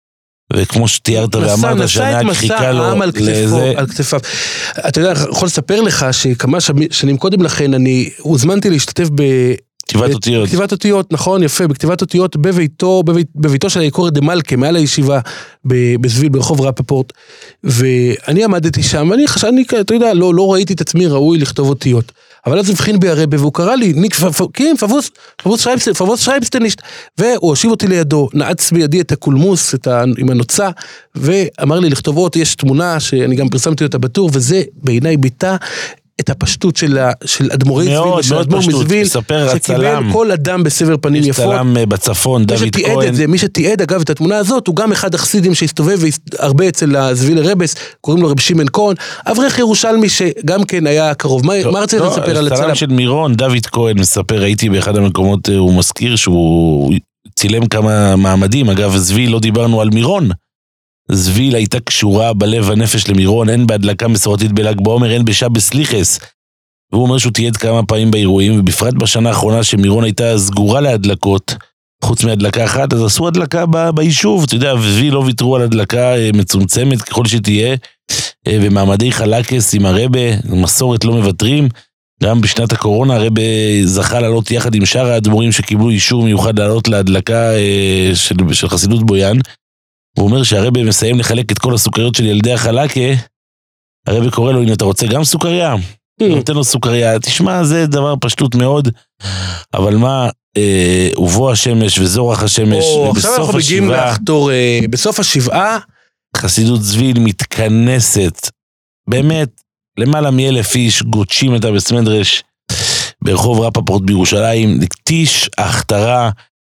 Speaker 3: וכמו שתיארת ואמרת, שהנהג חיכה לו
Speaker 2: לזה. על כתפיו. אתה יודע, אני יכול לספר לך שכמה שנים קודם לכן, אני הוזמנתי להשתתף ב...
Speaker 3: כתיבת אותיות.
Speaker 2: בכתיבת אותיות, נכון, יפה, בכתיבת אותיות בביתו, בבית, בביתו של היקורת דמלכה, מעל הישיבה בזוויל, ברחוב רפפורט, ואני עמדתי שם, ואני חשבתי, אתה יודע, לא, לא ראיתי את עצמי ראוי לכתוב אותיות, אבל אז הבחין בי הרבה, והוא קרא לי, ניק, כן, פבוס, פבוס שרייבסטן, פבוס שרייבסטנישט, והוא הושיב אותי לידו, נעץ בידי את הקולמוס, את ה, עם הנוצה, ואמר לי לכתוב אות, יש תמונה שאני גם פרסמתי אותה בטור, וזה בעיניי ביטה, את הפשטות של, של אדמו"רי זוויל,
Speaker 3: ושל אדמו"ר מזוויל,
Speaker 2: שקיבל כל אדם בסבר פנים יפות.
Speaker 3: יש צלם בצפון, דוד כהן.
Speaker 2: זה, מי שתיעד אגב את התמונה הזאת, הוא גם אחד החסידים שהסתובב הרבה אצל הזוויל רבס, קוראים לו רב שמעון כהן, אברך ירושלמי שגם כן היה קרוב. מה, מה רצית לספר על הצלם?
Speaker 3: הצלם של מירון, דוד כהן מספר, הייתי באחד המקומות, הוא מזכיר שהוא צילם כמה מעמדים, אגב זוויל לא דיברנו על מירון, זוויל הייתה קשורה בלב הנפש למירון, אין בהדלקה מסורתית בל"ג בעומר, אין בשבת סליחס. והוא אומר שהוא תיעד כמה פעמים באירועים, ובפרט בשנה האחרונה שמירון הייתה סגורה להדלקות, חוץ מהדלקה אחת, אז עשו הדלקה ב- ביישוב, אתה יודע, וזוויל לא ויתרו על הדלקה מצומצמת ככל שתהיה, ומעמדי חלקס עם הרבה, מסורת לא מוותרים, גם בשנת הקורונה הרבה זכה לעלות יחד עם שאר האדמו"רים שקיבלו אישור מיוחד לעלות להדלקה של, של חסידות בויאן, הוא אומר שהרבא מסיים לחלק את כל הסוכריות של ילדי החלקה, הרבא קורא לו, אם אתה רוצה גם סוכריה, נותן לו סוכריה, תשמע, זה דבר פשטות מאוד, אבל מה, אה, ובוא השמש וזורח השמש,
Speaker 2: או, עכשיו אנחנו מגיעים לחתור, אה, בסוף השבעה,
Speaker 3: חסידות זוויל מתכנסת, באמת, למעלה מאלף איש גודשים את הבסמדרש, ברחוב רפפורט בירושלים, לקטיש ההכתרה,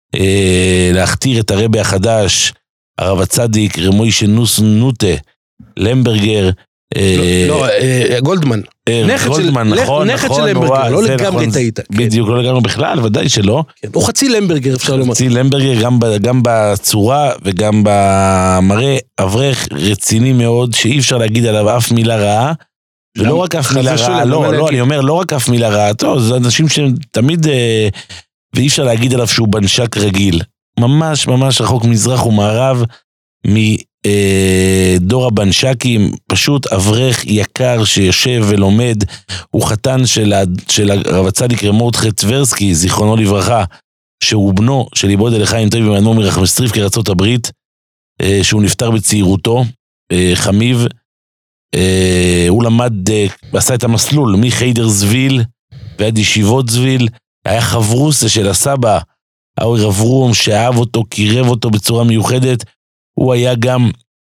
Speaker 3: אה, להכתיר את הרבא החדש, הרב הצדיק, רמוישה נוס נוטה, למברגר,
Speaker 2: לא, גולדמן.
Speaker 3: גולדמן, נכון,
Speaker 2: נכד של למברגר, לא לגמרי טעית.
Speaker 3: בדיוק, לא לגמרי בכלל, ודאי שלא.
Speaker 2: הוא חצי למברגר, אפשר לומר.
Speaker 3: חצי למברגר, גם בצורה וגם במראה, אברך רציני מאוד, שאי אפשר להגיד עליו אף מילה רעה, ולא רק אף מילה רעה, לא, לא, אני אומר, לא רק אף מילה רעה, טוב, זה אנשים שתמיד, ואי אפשר להגיד עליו שהוא בנשק רגיל. ממש ממש רחוק מזרח ומערב מדור הבנשקים, פשוט אברך יקר שיושב ולומד, הוא חתן של, של הרב הצדיק מרדכי טברסקי, זיכרונו לברכה, שהוא בנו של איבוד אלחיים טויב ומאדמו"ר מרחמסטריף כארצות הברית, שהוא נפטר בצעירותו, חמיב, הוא למד, עשה את המסלול מחיידר זוויל ועד ישיבות זוויל, היה חברוסה של הסבא, האור רברום שאהב אותו, קירב אותו בצורה מיוחדת, הוא היה גם,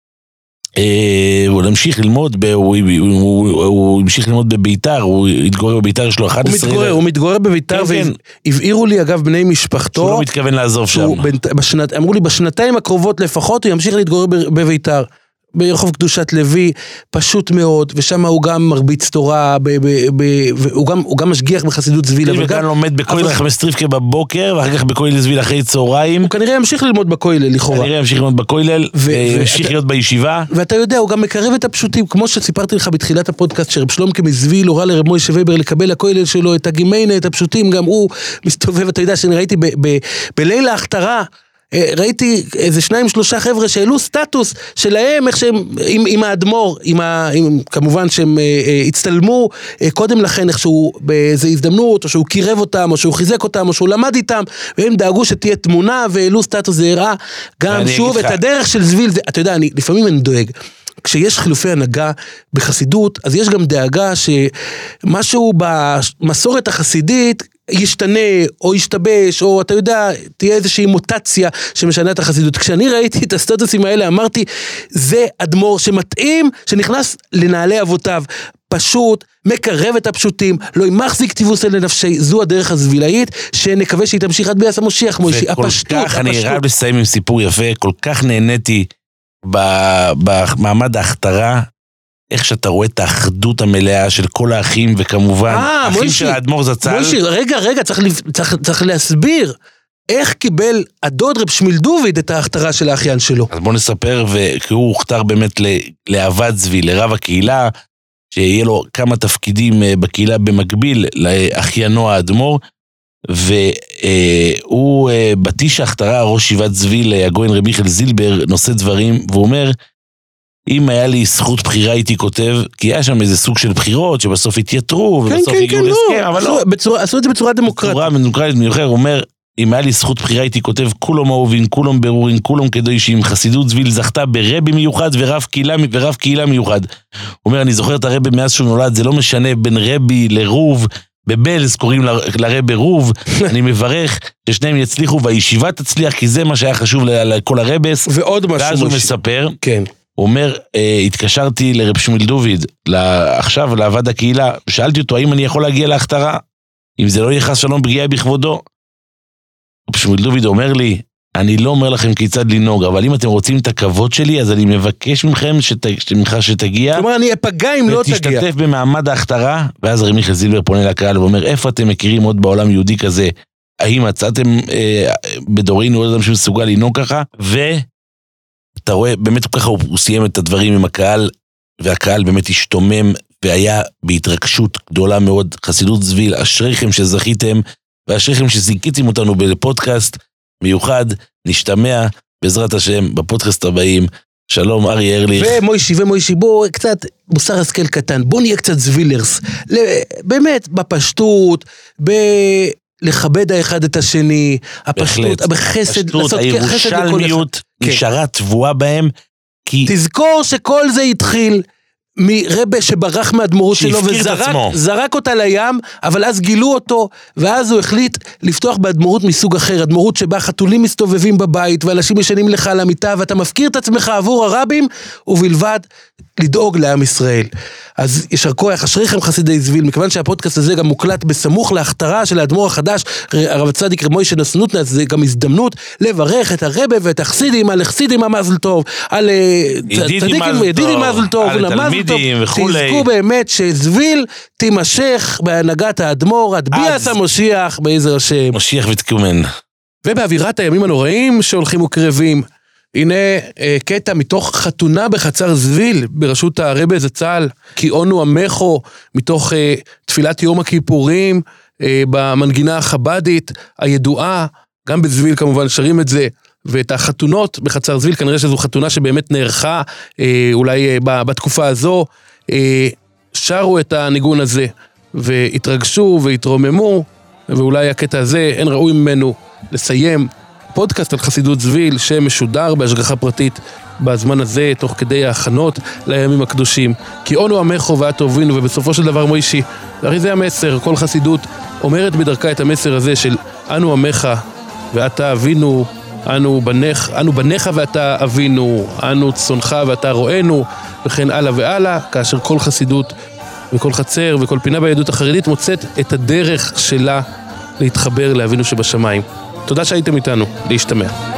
Speaker 3: אה, הוא המשיך ללמוד, ב, הוא, הוא, הוא, הוא המשיך ללמוד בביתר, הוא התגורר בביתר, יש לו אחת עשרה.
Speaker 2: הוא מתגורר, הוא מתגורר בביתר, כן, והבהירו לי אגב בני משפחתו,
Speaker 3: שהוא לא מתכוון לעזוב שם.
Speaker 2: בשנת, אמרו לי בשנתיים הקרובות לפחות, הוא ימשיך להתגורר בביתר. ברחוב קדושת לוי, פשוט מאוד, ושם הוא גם מרביץ תורה, הוא גם, הוא גם משגיח בחסידות זוויל.
Speaker 3: הוא גם לומד בכולל רחמסטריפקה בבוקר, ואחר כך בכולל זוויל אחרי צהריים.
Speaker 2: הוא כנראה ימשיך ללמוד בכולל, לכאורה.
Speaker 3: כנראה ימשיך ללמוד בכולל, וימשיך להיות בישיבה.
Speaker 2: ואתה יודע, הוא גם מקרב את הפשוטים, כמו שסיפרתי לך בתחילת הפודקאסט, שרב שלומקה מזוויל הורה לרב מוישה וייבר לקבל הכולל שלו, את הגימיינה, את הפשוטים, גם הוא מסתובב, אתה יודע, שאני ראיתי בליל ההכתרה, ראיתי איזה שניים שלושה חבר'ה שהעלו סטטוס שלהם, איך שהם, עם, עם האדמו"ר, עם ה, עם, כמובן שהם אה, הצטלמו אה, קודם לכן, איך שהוא באיזו הזדמנות, או שהוא קירב אותם, או שהוא חיזק אותם, או שהוא למד איתם, והם דאגו שתהיה תמונה, והעלו סטטוס, זה הראה גם שוב את הדרך של זוויל, זה, אתה יודע, אני, לפעמים אני דואג, כשיש חילופי הנהגה בחסידות, אז יש גם דאגה שמשהו במסורת החסידית ישתנה או ישתבש, או אתה יודע, תהיה איזושהי מוטציה שמשנה את החסידות. כשאני ראיתי את הסטטוסים האלה, אמרתי, זה אדמו"ר שמתאים, שנכנס לנעלי אבותיו, פשוט, מקרב את הפשוטים, לא מחזיק טיבוס אל לנפשי, זו הדרך הזבילאית, שנקווה שהיא תמשיך עד ביאס המושיח, מוישי, הפשטות,
Speaker 3: הפשטות. אני רב לסיים עם סיפור יפה, כל כך נהניתי במעמד ההכתרה, איך שאתה רואה את האחדות המלאה של כל האחים, וכמובן, האחים של האדמו"ר זצ"ל.
Speaker 2: מוישי, רגע, רגע, צריך, צריך, צריך להסביר, איך קיבל הדוד רב שמיל דוד את ההכתרה של האחיין שלו.
Speaker 3: אז בוא נספר, כי הוא הוכתר באמת לעבד זוויל, לרב הקהילה, שיהיה לו כמה תפקידים בקהילה במקביל לאחיינו האדמו"ר, והוא בתיש ההכתרה, ראש ישיבת זוויל, הגויין רבי מיכאל זילבר, נושא דברים, והוא אומר, אם היה לי זכות בחירה הייתי כותב, כי היה שם איזה סוג של בחירות, שבסוף התייתרו,
Speaker 2: כן,
Speaker 3: ובסוף
Speaker 2: כן,
Speaker 3: הגיעו
Speaker 2: כן,
Speaker 3: להסכם,
Speaker 2: לא.
Speaker 3: אבל
Speaker 2: עשו,
Speaker 3: לא.
Speaker 2: בצורה, עשו את זה בצורה דמוקרטית.
Speaker 3: בצורה דמוקרטית מיוחד, הוא אומר, אם היה לי זכות בחירה הייתי כותב, כולם אהובים, כולם ברורים, כולם קדושים, חסידות זוויל זכתה ברבי מיוחד ורב קהילה, ורב קהילה מיוחד. הוא אומר, אני זוכר את הרבי מאז שהוא נולד, זה לא משנה בין רבי לרוב, בבלס קוראים לרבי רוב, אני מברך ששניהם יצליחו והישיבה תצליח, כי זה מה שהיה חשוב לכל הרבס.
Speaker 2: ועוד משהו.
Speaker 3: ואז הוא מספר,
Speaker 2: כן.
Speaker 3: הוא אומר, התקשרתי לרב שמואל דוד, עכשיו לעבד הקהילה, שאלתי אותו, האם אני יכול להגיע להכתרה? אם זה לא יהיה חס שלום פגיעה בכבודו? רב שמואל דוד אומר לי, אני לא אומר לכם כיצד לנהוג, אבל אם אתם רוצים את הכבוד שלי, אז אני מבקש מכם ממך שתגיע.
Speaker 2: כלומר, אני אפגע אם לא תגיע.
Speaker 3: ותשתתף במעמד ההכתרה, ואז רבי מיכאל זילבר פונה לקהל ואומר, איפה אתם מכירים עוד בעולם יהודי כזה? האם מצאתם אה, בדורנו עוד אדם שמסוגל לנהוג ככה? ואתה רואה, באמת ככה הוא, הוא סיים את הדברים עם הקהל, והקהל באמת השתומם, והיה בהתרגשות גדולה מאוד, חסידות זוויל, אשריכם שזכיתם, ואשריכם שזיקיתם אותנו בפודקאסט מיוחד, נשתמע בעזרת השם בפודקאסט הבאים. שלום אריה ארליך.
Speaker 2: ומוישי ומוישי, בוא קצת מוסר השכל קטן, בוא נהיה קצת זווילרס, באמת בפשטות, בלכבד האחד את השני, הפשטות, בחסד,
Speaker 3: הפשטות, הירושלמיות נשארה תבואה בהם, כי
Speaker 2: תזכור שכל זה התחיל מרבה שברח מהדמורות שלו וזרק אותה לים, אבל אז גילו אותו, ואז הוא החליט לפתוח באדמורות מסוג אחר, אדמורות שבה חתולים מסתובבים בבית, ואנשים ישנים לך על המיטה, ואתה מפקיר את עצמך עבור הרבים, ובלבד לדאוג לעם ישראל. אז ישר כוח, אשריכם חסידי זוויל, מכיוון שהפודקאסט הזה גם מוקלט בסמוך להכתרה של האדמו"ר החדש, הרב צדיק רב מוישה נסנותנה, זה גם הזדמנות לברך את הרבי ואת החסידים, על החסידים המזל טוב, על צדיקים וידידים מזל טוב,
Speaker 3: על תלמידים וכו'.
Speaker 2: תזכו באמת שזוויל תימשך בהנהגת האדמו"ר, עד ביאת המשיח בעזר השם.
Speaker 3: משיח ותקומן.
Speaker 2: ובאווירת הימים הנוראים שהולכים וקרבים, הנה אה, קטע מתוך חתונה בחצר זוויל, בראשות הרבי זצ"ל, כי אונו עמךו, מתוך אה, תפילת יום הכיפורים, אה, במנגינה החבדית, הידועה, גם בזוויל כמובן שרים את זה, ואת החתונות בחצר זוויל, כנראה שזו חתונה שבאמת נערכה, אה, אולי אה, בתקופה הזו, אה, שרו את הניגון הזה, והתרגשו והתרוממו, ואולי הקטע הזה אין ראוי ממנו לסיים, פודקאסט על חסידות זוויל שמשודר בהשגחה פרטית בזמן הזה, תוך כדי ההכנות לימים הקדושים. כי אונו עמךו ואת אהובינו, ובסופו של דבר מוישי, הרי זה המסר, כל חסידות אומרת בדרכה את המסר הזה של אנו עמך ואתה אבינו, אנו בנך, אנו בנך ואתה אבינו, אנו צונך ואתה רואינו, וכן הלאה והלאה, כאשר כל חסידות וכל חצר וכל פינה ביהדות החרדית מוצאת את הדרך שלה להתחבר לאבינו שבשמיים. תודה שהייתם איתנו, להשתמע.